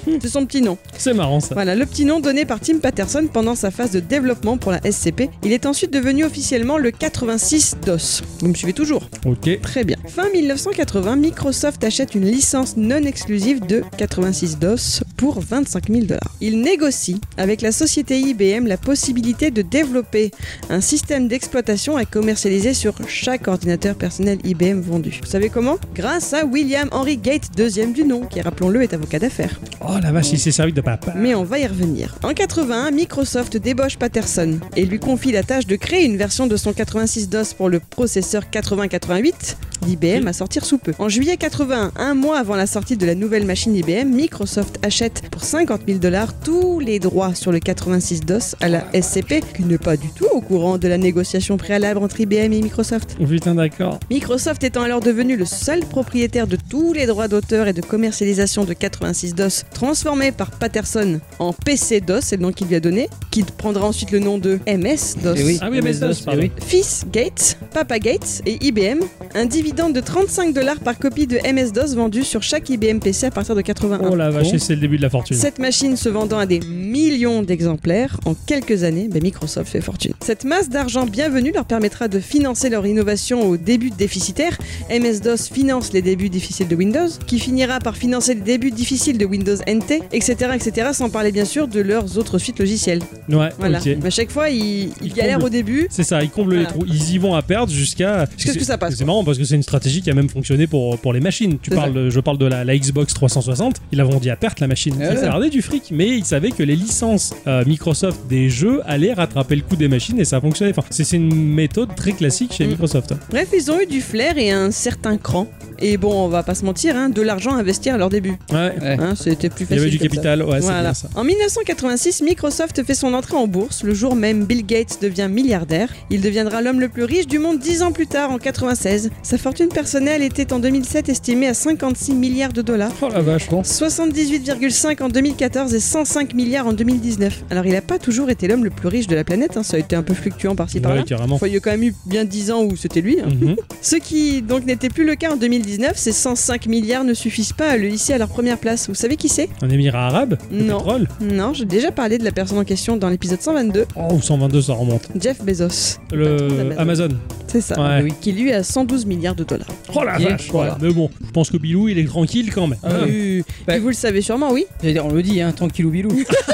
C'est son petit nom. C'est marrant ça. Voilà, le petit nom donné par Tim Patterson pendant sa phase de développement pour la S C P. Il est ensuite devenu officiellement le quatre-vingt-six DOS. Vous me suivez toujours? Ok. Très bien. Fin dix-neuf cent quatre-vingts, Microsoft achète une licence non exclusive de quatre-vingt-six DOS pour vingt-cinq mille dollars. Il négocie avec la société I B M la possibilité de développer un système d'exploitation à commercialiser sur chaque ordinateur personnel I B M vendu. Vous savez comment? Grâce à William Henry Gates, deuxième du nom, qui, rappelons-le, est avocat d'affaires. Oh la vache, il s'est servi de papa. Mais on va y revenir. En quatre-vingt-un, Microsoft débauche Patterson et lui confie la tâche de créer une version de son quatre-vingt-six DOS pour le processeur quatre-vingts quatre-vingt-huit d'I B M à sortir sous peu. En juillet quatre-vingt-un, un mois avant la sortie de la nouvelle machine I B M, Microsoft achète pour cinquante mille dollars tous les droits sur le quatre-vingt-six DOS à la S C P, qui n'est pas du tout au courant de la négociation préalable entre I B M et Microsoft. Oh putain, d'accord. Microsoft étant alors devenu le seul propriétaire de tous les droits d'auteur et de commercialisation de quatre-vingt-six DOS, transformé par Patterson en P C DOS, c'est le nom qu'il lui a donné, qui prendra ensuite le nom de M S DOS. Eh oui. Ah oui, M S DOS, pardon. Eh oui. Fils Gates, Papa Gates et I B M, un dividende de trente-cinq dollars par copie de M S DOS vendu sur chaque I B M P C à partir de quatre-vingt-un. Oh la vache, Bon. et c'est le début de la fortune. Cette machine se vendant à des millions d'exemplaires, en quelques années, ben Microsoft fait fortune. Cette masse d'argent bienvenue leur permettra de financer leur innovation au début déficitaire. M S DOS finance les débuts difficiles de Windows, qui finira par financer les débuts difficiles de Windows N T, et cetera, et cetera, sans parler bien sûr de leurs autres suites logicielles. Ouais, Voilà. ok. À chaque fois, ils, ils Ils galèrent comblent. au début. C'est ça, ils comblent Voilà. les trous. Ils y vont à perdre jusqu'à. Jusqu'à ce que ça passe, C'est quoi. marrant parce que c'est une stratégie qui a même fonctionné pour, pour les machines. Tu C'est parles, de- je parle de la, la Xbox trois cent soixante. Ils la vendu à perte la machine. Ouais, Ça ouais. gardait du fric, mais ils savaient que les licences euh, Microsoft des jeux allaient rattraper le coût des machines et ça a fonctionné. Enfin, c'est c'est une méthode très classique chez Mm. Microsoft. Bref, ils ont eu du flair et un certain cran. Et bon, on va pas se mentir, hein, de l'argent à investir à leur début. Ouais. Ouais. Hein, c'était plus Il y facile. avait du comme ça. capital, ouais, c'est Voilà. bien ça. En dix-neuf cent quatre-vingt-six, Microsoft fait son entrée en bourse. Le jour même, Bill Gates devient milliardaire. Il deviendra l'homme le plus riche du monde dix ans plus tard, en quatre-vingt-seize. Sa fortune personnelle était en deux mille sept estimée à cinquante-six milliards de dollars. Oh la vache. soixante-dix-huit virgule cinq en deux mille quatorze et cent cinq milliards en deux mille dix-neuf. Alors il n'a pas toujours été l'homme le plus riche de la planète, hein, ça a été un peu fluctuant par-ci par-là. Ouais, carrément. Enfin, il y a quand même eu bien dix ans où c'était lui. hein. Mhm. Ce qui donc n'était plus le cas en deux mille dix-neuf, ces cent cinq milliards ne suffisent pas à le hisser à leur première place. Vous savez qui c'est? Un émirat arabe Le Non. pétrole. Non, j'ai déjà parlé de la personne en question dans l'épisode cent vingt-deux, Oh, cent vingt-deux, ça remonte. Jeff Bezos. patron Le d'Amazon. Amazon. C'est ça. Ouais. Oui. Qui lui a cent douze milliards de dollars. Oh la Ok, vache. voilà. Ouais. Mais bon, je pense que Bilou, il est tranquille quand même. Ah, Euh, Bah- et vous le savez sûrement, oui. J'allais dire, on le dit, hein, tranquillou bilou.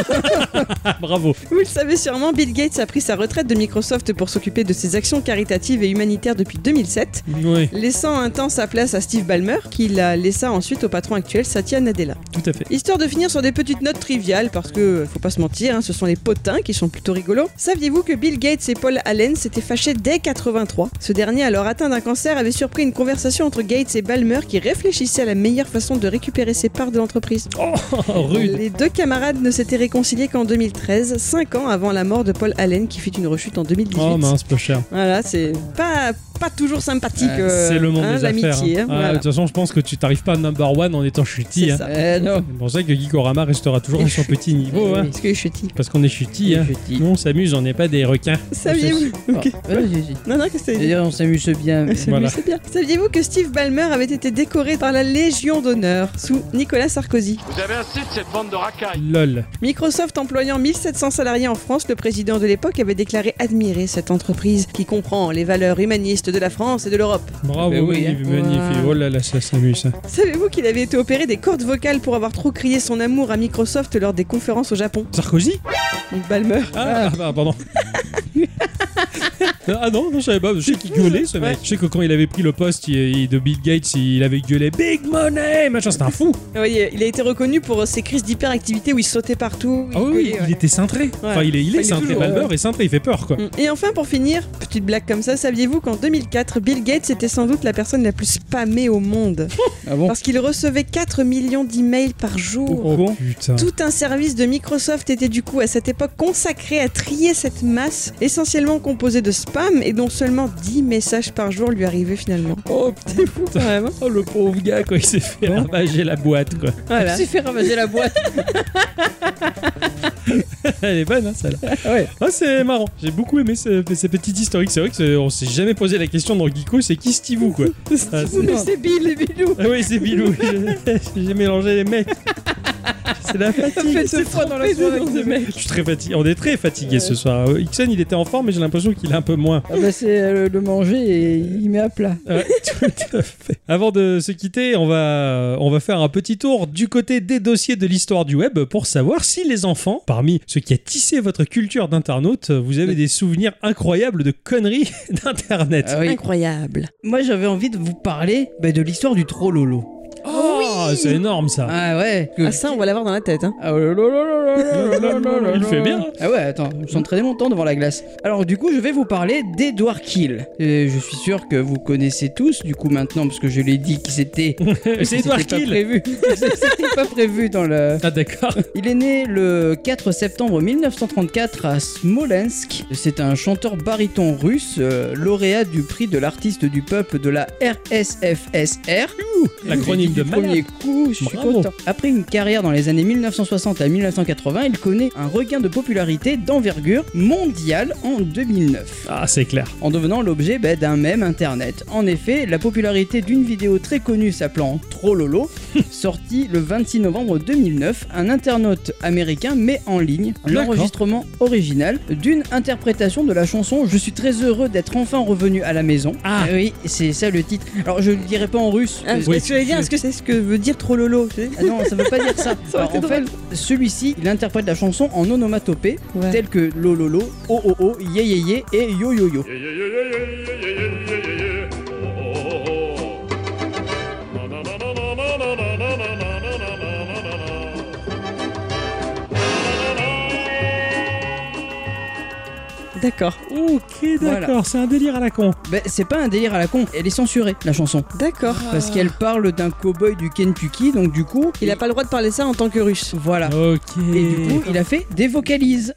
Ah, bravo. Vous le savez sûrement, Bill Gates a pris sa retraite de Microsoft pour s'occuper de ses actions caritatives et humanitaires depuis deux mille sept, Oui, laissant un temps sa place à Steve Ballmer, qui la laissa ensuite au patron actuel Satya Nadella. tout à fait. Histoire de finir sur des petites notes triviales, parce que, faut pas se mentir, hein, ce sont les potins qui sont plutôt rigolos. Saviez-vous que Bill Gates et Paul Allen s'étaient fâchés dès quatre-vingt-trois? Ce dernier, alors atteint d'un cancer, avait surpris une conversation entre Gates et Ballmer qui réfléchissaient à la meilleure façon de récupérer ses parts de l'entreprise. Oh, rude. Les deux camarades ne s'étaient réconciliés qu'en deux mille treize, cinq ans avant la mort de Paul Allen qui fit une rechute en deux mille dix-huit. Oh mince, peu cher. Voilà, c'est pas, pas toujours sympathique. Ouais, euh, C'est le monde hein, des affaires. l'amitié. hein. hein, Ah, voilà. De toute façon, je pense que tu t'arrives pas à number one en étant chutis. C'est Hein. ça. Eh non. C'est pour ça que Geekorama restera toujours à son petit niveau. Eh Hein. oui. Parce que je suis petit. Parce qu'on est chutis. Hein. Je dis. Nous, on s'amuse, on n'est pas des requins. Saviez-vous Ok. Ah, vas-y, vas-y. Non, non, qu'est-ce que c'est C'est-à-dire, on s'amuse bien. mais- C'est Voilà. c'est bien. Saviez-vous que Steve Ballmer avait été décoré par la Légion d'honneur sous Nicolas Sarkozy? Vous avez assez de cette bande de racailles. Lol. Microsoft employant mille sept cents salariés en France, le président de l'époque avait déclaré admirer cette entreprise qui comprend les valeurs humanistes de la France et de l'Europe. Bravo, Ben oui, magnifique, hein. magnifique. Oh là là, ça s'amuse. ça. Savez-vous qu'il avait été opéré des cordes vocales pour avoir trop crié son amour à Microsoft lors des conférences au Japon? Sarkozy Donc Ballmer. Ah, ah, pardon. Ah non, non, je savais pas. Je sais qu'il gueulait ce mec. Ouais. Je sais que quand il avait pris le poste il- il- de Bill Gates, il avait gueulé Big Money, machin, c'était un fou. Oui, il a été reconnu pour ses crises d'hyperactivité où il sautait partout. Ah oui, gueulait, il ouais. était cintré. Enfin, il est, il est Enfin, il est cintré. toujours, Ballmer ouais. est cintré, il fait peur, quoi. Mm. Et enfin, pour finir, petite blague comme ça, saviez-vous qu'en deux mille quatre, Bill Gates était sans doute la personne la plus spammée au monde? Ah bon? Parce qu'il recevait quatre millions d'emails par jour. Oh putain. Tout un service de Microsoft était du coup à cette époque consacré à trier cette masse, essentiellement composée de spam, et dont seulement dix messages par jour lui arrivaient finalement. Oh C'est fou quand même. hein. Oh le pauvre gars quand il s'est fait ravager la boîte quoi. Voilà. Il s'est fait ravager la boîte. Elle est bonne hein celle-là. Ouais. Ah c'est marrant. J'ai beaucoup aimé ce- ces petites historiques. C'est vrai que c'est- on s'est jamais posé la question dans Geeko, c'est qui Stevou quoi. Ah, Mais c'est Bill et Bilou. Ah oui c'est Bilou. J'ai mélangé les mecs. C'est la fatigue. Faites deux fois dans la soirée, ce mec. Je suis très fatigué. On est très fatigué ce soir. Euh, Ixon, il était en forme, mais j'ai l'impression qu'il est un peu moins. Ah bah c'est euh, le manger et il met à plat. Ouais, tout à fait. Avant de se quitter, on va, on va faire un petit tour du côté des dossiers de l'histoire du web pour savoir si les enfants, parmi ceux qui a tissé votre culture d'internaute, vous avez des souvenirs incroyables de conneries d'internet. Ah oui. Incroyable. Moi j'avais envie de vous parler bah, de l'histoire du Trollolo. Oh, c'est énorme ça. Ah ouais. Ah ça, on va l'avoir dans la tête. Hein. Ah ouais, là. Il fait bien. Ah ouais, attends, je suis entraîné longtemps devant la glace. Alors du coup, je vais vous parler d'Edward Kill. Euh, je suis sûr que vous connaissez tous, du coup maintenant, parce que je l'ai dit qui c'était. C'est Edward C'était pas Kill. prévu. C'était pas prévu dans le... Ah d'accord. Il est né le quatre septembre mille neuf cent trente-quatre à Smolensk. C'est un chanteur baryton russe, euh, lauréat du prix de l'artiste du peuple de la R S F S R. L'acronyme de Du premier malade. coup, je suis Bravo. content. Après une carrière dans les années mille neuf cent soixante à mille neuf cent quatre-vingts, il connaît un regain de popularité d'envergure mondiale en deux mille neuf. Ah, c'est clair. En devenant l'objet bah, d'un mème internet. En effet, la popularité d'une vidéo très connue s'appelant Trollolo, sortie le vingt-six novembre deux mille neuf, un internaute américain met en ligne l'enregistrement original d'une interprétation de la chanson « Je suis très heureux d'être enfin revenu à la maison ». Ah. Oui, c'est ça le titre. Alors je le dirai pas en russe. Ah, parce oui. Est-ce que j'allais dire, est-ce que c'est ce que veut dire trop lolo, tu sais? ah non, ça veut pas dire ça. Ça aurait Alors, été en fait, celui-ci, il interprète la chanson en onomatopée, Ouais. tels que lololo, oh oh oh, yé yé yé et yo yo yo. D'accord. Ok, d'accord, Voilà. c'est un délire à la con. Ben, c'est pas un délire à la con, elle est censurée, la chanson. D'accord. Parce qu'elle parle d'un cow-boy du Kentucky, donc du coup. Il a pas le droit de parler ça en tant que russe. Voilà. Ok. Et du coup, il a fait des vocalises.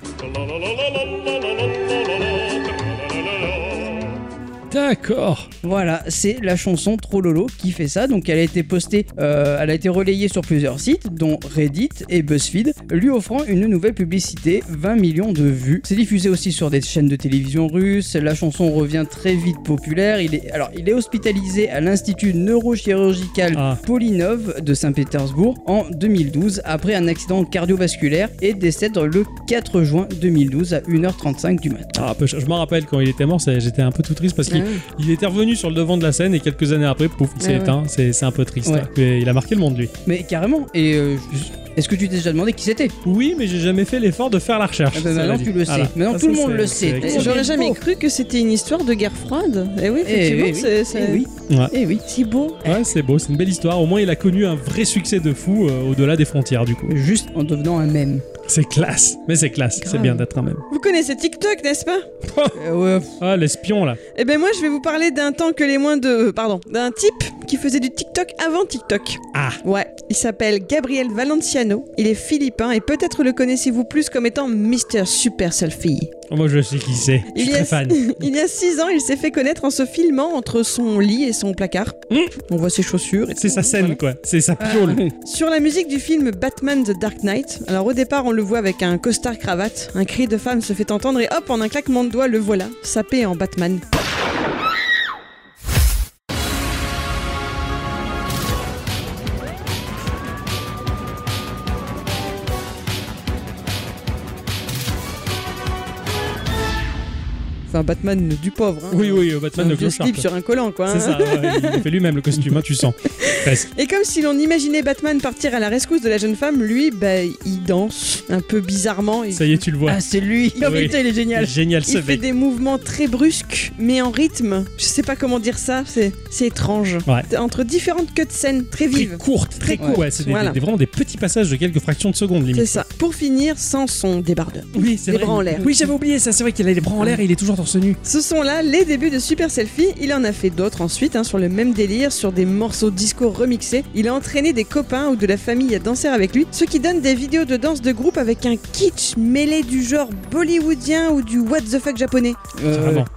D'accord. Voilà, c'est la chanson Trollolo qui fait ça. Donc elle a été postée, euh, elle a été relayée sur plusieurs sites, dont Reddit et BuzzFeed, lui offrant une nouvelle publicité, vingt millions de vues. C'est diffusé aussi sur des chaînes de télévision russes. La chanson revient très vite populaire. Il est, alors, il est hospitalisé à l'Institut neurochirurgical Ah. Polinov de Saint-Pétersbourg en deux mille douze après un accident cardiovasculaire et décède le quatre juin deux mille douze à une heure trente-cinq du matin. Ah, je je me rappelle quand il était mort, c'est- j'étais un peu tout triste parce qu'il Ah. il était revenu sur le devant de la scène et quelques années après, pouf, il s'est Ah ouais. éteint. C'est c'est un peu triste. Ouais. là. Mais il a marqué le monde, lui. Mais carrément. Et euh, est-ce que tu t'es déjà demandé qui c'était? Oui, mais j'ai jamais fait l'effort de faire la recherche. Ah bah, ça maintenant l'a dit. tu le sais. Voilà. Maintenant Ah, tout le ça, monde c'est- le c'est sait. Et excellent. J'aurais jamais beau. cru que c'était une histoire de guerre froide. Eh oui, Eh effectivement, oui, oui. c'est c'est- Eh oui. Ouais. Eh oui. si beau. Ouais, c'est beau, c'est une belle histoire. Au moins, il a connu un vrai succès de fou euh, au-delà des frontières, du coup. Juste en devenant un mème. C'est classe. Mais c'est classe. C'est Grave. bien d'être un même. Vous connaissez TikTok, n'est-ce pas? Euh, ouais. Ah, l'espion, là. Eh ben moi, je vais vous parler d'un temps que les moins de... Pardon, d'un type qui faisait du TikTok avant TikTok. Ah. Ouais, il s'appelle Gabriel Valenciano, il est philippin et peut-être le connaissez-vous plus comme étant mister Super Selfie. Moi, je sais qui c'est. Je suis Il y, très a, fan. il y a six ans, il s'est fait connaître en se filmant entre son lit et son placard. Mm. On voit ses chaussures et C'est tout, sa scène, voilà. quoi. C'est sa piole. Sur la musique du film Batman The Dark Knight, alors au départ on le voit avec un costard cravate, un cri de femme se fait entendre et hop, en un claquement de doigts, le voilà, sapé en Batman. Enfin, Batman du pauvre. Hein. Oui, oui, euh, Batman Un de vieux clochard. slip quoi. sur un collant, quoi. hein. C'est ça, ouais, il fait lui-même le costume, hein, tu sens. Presque. Et comme si l'on imaginait Batman partir à la rescousse de la jeune femme, lui, bah, il danse un peu bizarrement. Il, Ça y est, tu le vois. Ah, c'est lui. Oh Oui. putain, il est génial. Génial, ce il fait mec. des mouvements très brusques, mais en rythme. Je sais pas comment dire ça, c'est c'est étrange. Ouais. Entre différentes cutscenes très Très vives. courte, très Très courte. Ouais, c'est des, voilà. des- vraiment des petits passages de quelques fractions de secondes, limite. C'est ça. Pour finir, sans son débardeur. Oui, c'est Les vrai. bras en l'air. Oui, j'avais oublié ça, c'est vrai qu'il a les bras en l'air et il est toujours torse nu. Ce sont là les débuts de Super Selfie. Il en a fait d'autres ensuite, hein, sur le même délire, sur des morceaux disco remixés. Il a entraîné des copains ou de la famille à danser avec lui, ce qui donne des vidéos de danse de groupe avec un kitsch mêlé du genre bollywoodien ou du what the fuck japonais. Euh, Carrément.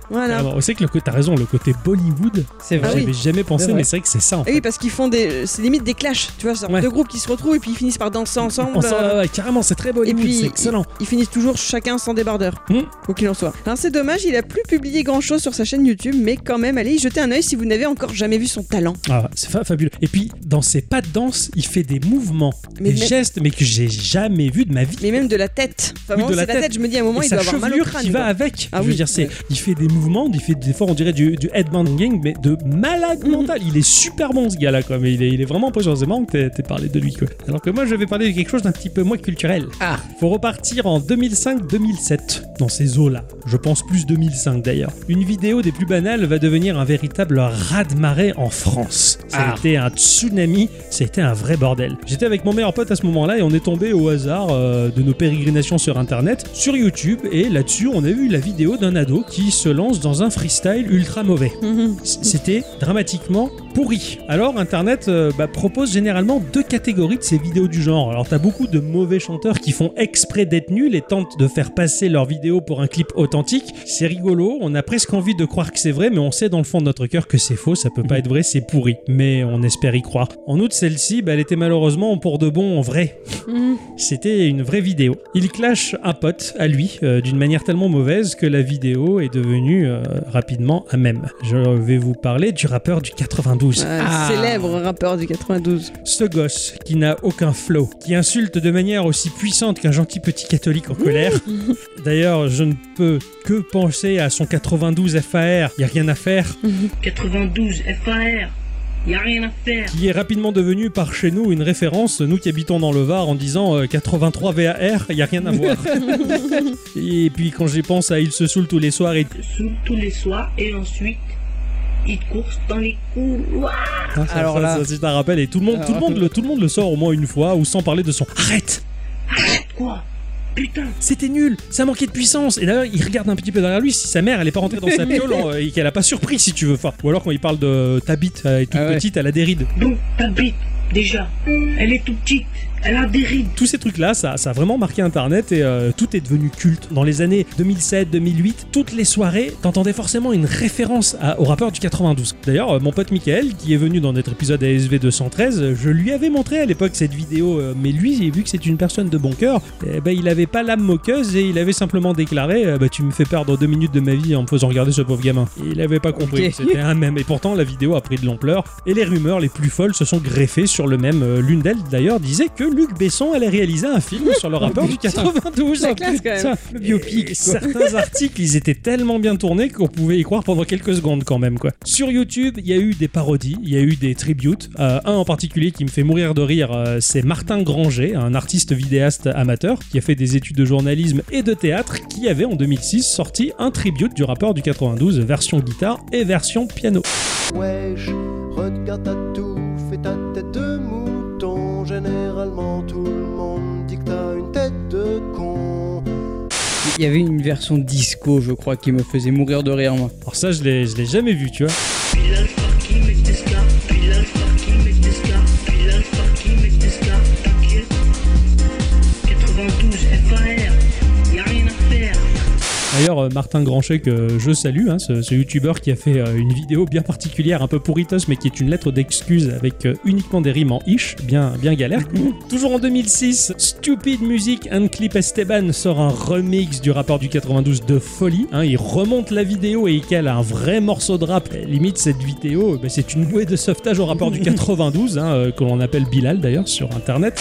Voilà. Alors, on sait que le côté, t'as raison, le côté Bollywood, C'est vrai. Ah oui. j'avais jamais pensé, C'est vrai. mais c'est vrai que c'est ça en Et fait. oui, parce qu'ils font des. C'est limite des clashs, tu vois, c'est Ouais. deux groupes qui se retrouvent et puis ils finissent par danser ensemble. On sent- euh, ouais, carrément, c'est très Et Bollywood, puis, c'est excellent. Ils, ils finissent toujours chacun sans débardeur, Hmm. quoi qu'il en soit. Alors c'est dommage, il a plus publié grand chose sur sa chaîne YouTube, mais quand même, allez y jeter un œil si vous n'avez encore jamais vu son talent. Ah, c'est fa- fabuleux. Et puis, dans ses pas de danse, il fait des mouvements, Mais des même- gestes, mais que j'ai jamais vu de ma vie. Mais même de la tête. Enfin, Oui, vraiment, de la c'est la tête. tête. Je me dis à un moment, Et il sa doit avoir mal au chevelure crâne. qui va quoi. avec. Ah je veux oui, dire, c'est, ouais. il fait des mouvements, il fait des fois on dirait du, du headbanging, mais de malade mental. Il est super bon ce gars-là, quoi. Mais il est, il est vraiment impressionnant. C'est marrant que t'aies, t'aies parlé de lui, quoi. Alors que moi, je vais parler de quelque chose d'un petit peu moins culturel. Ah. Faut repartir en deux mille cinq deux mille sept, dans ces eaux-là. Je pense plus deux mille cinq d'ailleurs. Une vidéo des plus banales va devenir un véritable raz-de-marée en France. Ça a Ah. été un tsunami, ça a été un vrai bordel. J'étais avec mon meilleur pote à ce moment-là et on est tombé au hasard euh, de nos pérégrinations sur internet, sur YouTube, et là-dessus on a vu la vidéo d'un ado qui se lance dans un freestyle ultra mauvais. C- C'était dramatiquement pourri. Alors internet euh, bah, propose généralement deux catégories de ces vidéos du genre. Alors t'as beaucoup de mauvais chanteurs qui font exprès d'être nuls et tentent de faire passer leur vidéo pour un clip authentique. C'est rigolo, on a presque envie de croire que c'est vrai, mais on sait dans le fond de notre cœur que c'est faux, ça peut pas être vrai, c'est pourri. Mais on espère y croire. En outre, celle-ci, bah, elle était malheureusement pour de bon en vrai. C'était une vraie vidéo. Il clash un pote à lui euh, d'une manière tellement mauvaise que la vidéo est devenue euh, rapidement un mème. Je vais vous parler du rappeur du quatre-vingt-douze. Un Ah. célèbre rappeur du quatre-vingt-douze. Ce gosse qui n'a aucun flow, qui insulte de manière aussi puissante qu'un gentil petit catholique en colère. D'ailleurs, je ne peux que penser à son quatre-vingt-douze F A R, y a rien à faire, quatre-vingt-douze F A R, y a rien à faire. qui est rapidement devenu par chez nous une référence, nous qui habitons dans le Var, en disant euh, quatre-vingt-trois V A R, y a rien à voir. Et puis quand j'y pense à Il se saoule tous les soirs et Sous tous les soirs et ensuite, il course dans les couloirs. Ah, ça, Alors ça, là- ça, c'est un rappel et tout le monde, Alors tout le monde, là- le, tout le monde le sort au moins une fois ou sans parler de son arrête. Quoi? Putain. C'était nul, ça manquait de puissance. Et d'ailleurs, il regarde un petit peu derrière lui si sa mère elle est pas rentrée dans sa piole en- et qu'elle a pas surpris si tu veux. Enfin, ou alors quand il parle de ta bite, elle est toute Ah ouais. petite, elle a des rides. Donc, ta bite, déjà, elle est toute petite. Elle a des rides. Tous ces trucs-là, ça, ça a vraiment marqué Internet et euh, tout est devenu culte. Dans les années deux mille sept deux mille huit, toutes les soirées, t'entendais forcément une référence à- au rappeur du quatre-vingt-douze. D'ailleurs, euh, mon pote Michael, qui est venu dans notre épisode A S V deux cent treize, je lui avais montré à l'époque cette vidéo, euh, mais lui, vu que c'est une personne de bon cœur, eh ben, il avait pas l'âme moqueuse et il avait simplement déclaré euh, bah, tu me fais perdre deux minutes de ma vie en me faisant regarder ce pauvre gamin. Et il avait pas compris, Ok. c'était un mème. Et pourtant, la vidéo a pris de l'ampleur et les rumeurs les plus folles se sont greffées sur le même. Euh, L'une d'elles, d'ailleurs, disait que Luc Besson allait réaliser un film sur le rappeur du quatre-vingt-douze. La classe, quand même. Ça, Le biopic, et quoi. certains articles, ils étaient tellement bien tournés qu'on pouvait y croire pendant quelques secondes quand même, quoi. Sur YouTube, il y a eu des parodies, il y a eu des tributes. Euh, un en particulier qui me fait mourir de rire, euh, c'est Martin Granger, un artiste vidéaste amateur qui a fait des études de journalisme et de théâtre, qui avait en deux mille six sorti un tribute du rappeur du quatre-vingt-douze, version guitare et version piano. Wesh, regarde ta touffe et ta tête de mouton. Généralement, tout le monde dit que t'as une tête de con. Il y avait une version disco, je crois, qui me faisait mourir de rire, moi. Alors ça, je l'ai, je l'ai jamais vu, tu vois. Village Parky, mec Tesla. Village Parky, mec Tesla. Village Parky, mec Tesla. T'inquiète. quatre-vingt-douze F A R, y a rien à faire. D'ailleurs, euh, Martin Granchet, que je salue, hein, ce, ce youtubeur qui a fait euh, une vidéo bien particulière, un peu pourritos, mais qui est une lettre d'excuse avec euh, uniquement des rimes en ish, bien, bien galère. Toujours en deux mille six, Stupid Music and Clip Esteban sort un remix du rappeur du quatre-vingt-douze de folie. Hein, il remonte la vidéo et il cale un vrai morceau de rap. Et limite, cette vidéo, bah, c'est une bouée de sauvetage au rappeur du quatre-vingt-douze, hein, euh, que l'on appelle Bilal d'ailleurs sur internet.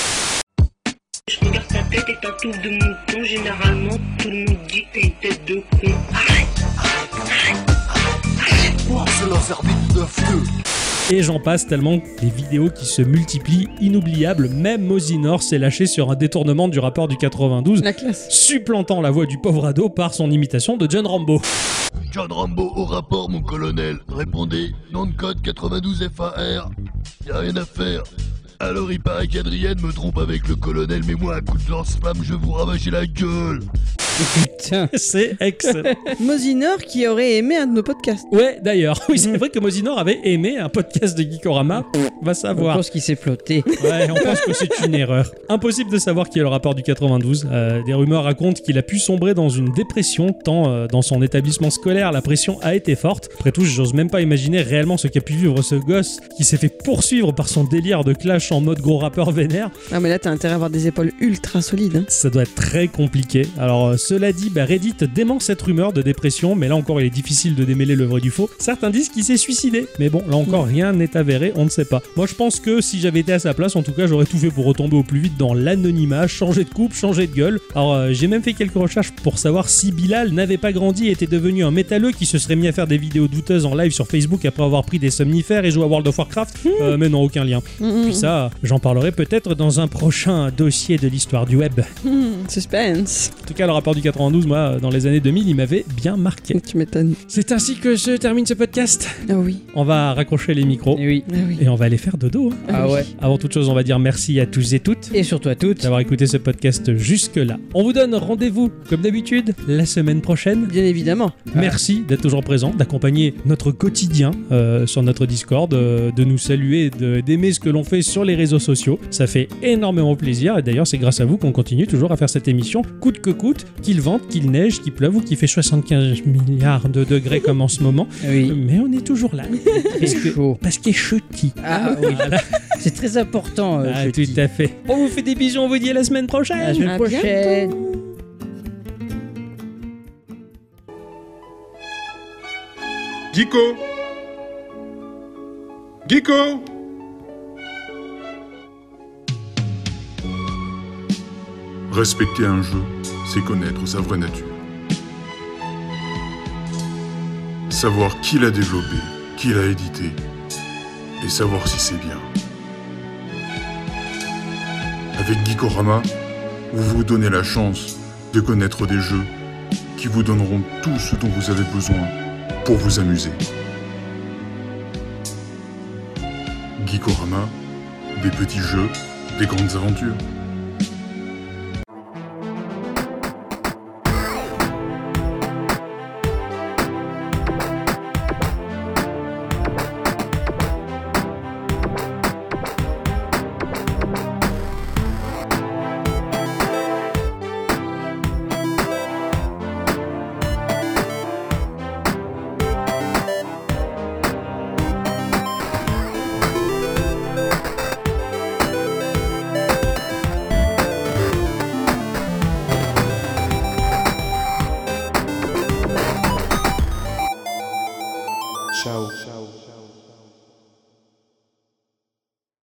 Je regarde ta tête et ta touffe de mouton. Généralement, tout le monde dit que t'as une tête de con. Arrête, arrête, arrête. Quoi? C'est leurs arbitres de feu. Et j'en passe tellement des vidéos qui se multiplient, inoubliables. Même Mosinor s'est lâché sur un détournement du rappeur du quatre-vingt-douze, La classe. supplantant la voix du pauvre ado par son imitation de John Rambo. John Rambo au rapport, mon colonel. Répondez, nom de code quatre-vingt-douze F A R. Y'a rien à faire. Alors il paraît qu'Adrienne me trompe avec le colonel, mais moi, à coup de lance-flamme, je vais vous ravager la gueule. Et Tiens. C'est excellent. Mosinor qui aurait aimé un de nos podcasts. Ouais, d'ailleurs, oui, c'est vrai que Mosinor avait aimé un podcast de Geekorama. Pff, va Je savoir. pense qu'il s'est ploté. Ouais, on pense que c'est une erreur. Impossible de savoir qui est le rapport du quatre-vingt-douze. Euh, des rumeurs racontent qu'il a pu sombrer dans une dépression, tant euh, dans son établissement scolaire, la pression a été forte. Après tout, j'ose même pas imaginer réellement ce qu'a pu vivre ce gosse qui s'est fait poursuivre par son délire de clash en mode gros rappeur vénère. Ah mais là t'as intérêt à avoir des épaules ultra solides. Hein. Ça doit être très compliqué. Alors, euh, cela dit, bah, Reddit dément cette rumeur de dépression, mais là encore, il est difficile de démêler le vrai du faux. Certains disent qu'il s'est suicidé, mais bon, là encore, rien n'est avéré, on ne sait pas. Moi, je pense que si j'avais été à sa place, en tout cas, j'aurais tout fait pour retomber au plus vite dans l'anonymat, changer de coupe, changer de gueule. Alors, euh, j'ai même fait quelques recherches pour savoir si Bilal n'avait pas grandi et était devenu un métalleux qui se serait mis à faire des vidéos douteuses en live sur Facebook après avoir pris des somnifères et joué à World of Warcraft. Euh, mais non, aucun lien. Mmh, Puis ça, j'en parlerai peut-être dans un prochain dossier de l'histoire du web. mmh, suspense. En tout cas, le rapport du quatre-vingt-douze, moi, dans les années deux mille, il m'avait bien marqué. Tu m'étonnes. C'est ainsi que se termine ce podcast. Ah oui. On va raccrocher les micros Et oui. Ah oui. et on va aller faire dodo. hein. Ah ouais. Avant toute chose, on va dire merci à tous et toutes Et surtout à toutes. d'avoir écouté ce podcast jusque-là. On vous donne rendez-vous, comme d'habitude, la semaine prochaine. Bien évidemment. Merci d'être toujours présent, d'accompagner notre quotidien euh, sur notre Discord, euh, de nous saluer, de- d'aimer ce que l'on fait sur les réseaux sociaux. Ça fait énormément plaisir et d'ailleurs c'est grâce à vous qu'on continue toujours à faire cette émission, coûte que coûte, qu'il vente, qu'il neige, qu'il pleuve ou qu'il fait soixante-quinze milliards de degrés comme en ce moment. Oui. Mais on est toujours là. Parce C'est que, chaud. parce qu'il est chutis. Ah oui. Voilà. C'est très important. euh, Ah, je tout dis. à fait. On vous fait des bisous, on vous dit à la semaine prochaine. À la semaine À prochaine. Geeko Geeko Respecter un jeu, c'est connaître sa vraie nature. Savoir qui l'a développé, qui l'a édité, et savoir si c'est bien. Avec Geekorama, vous vous donnez la chance de connaître des jeux qui vous donneront tout ce dont vous avez besoin pour vous amuser. Geekorama, des petits jeux, des grandes aventures. Ciao. Ciao.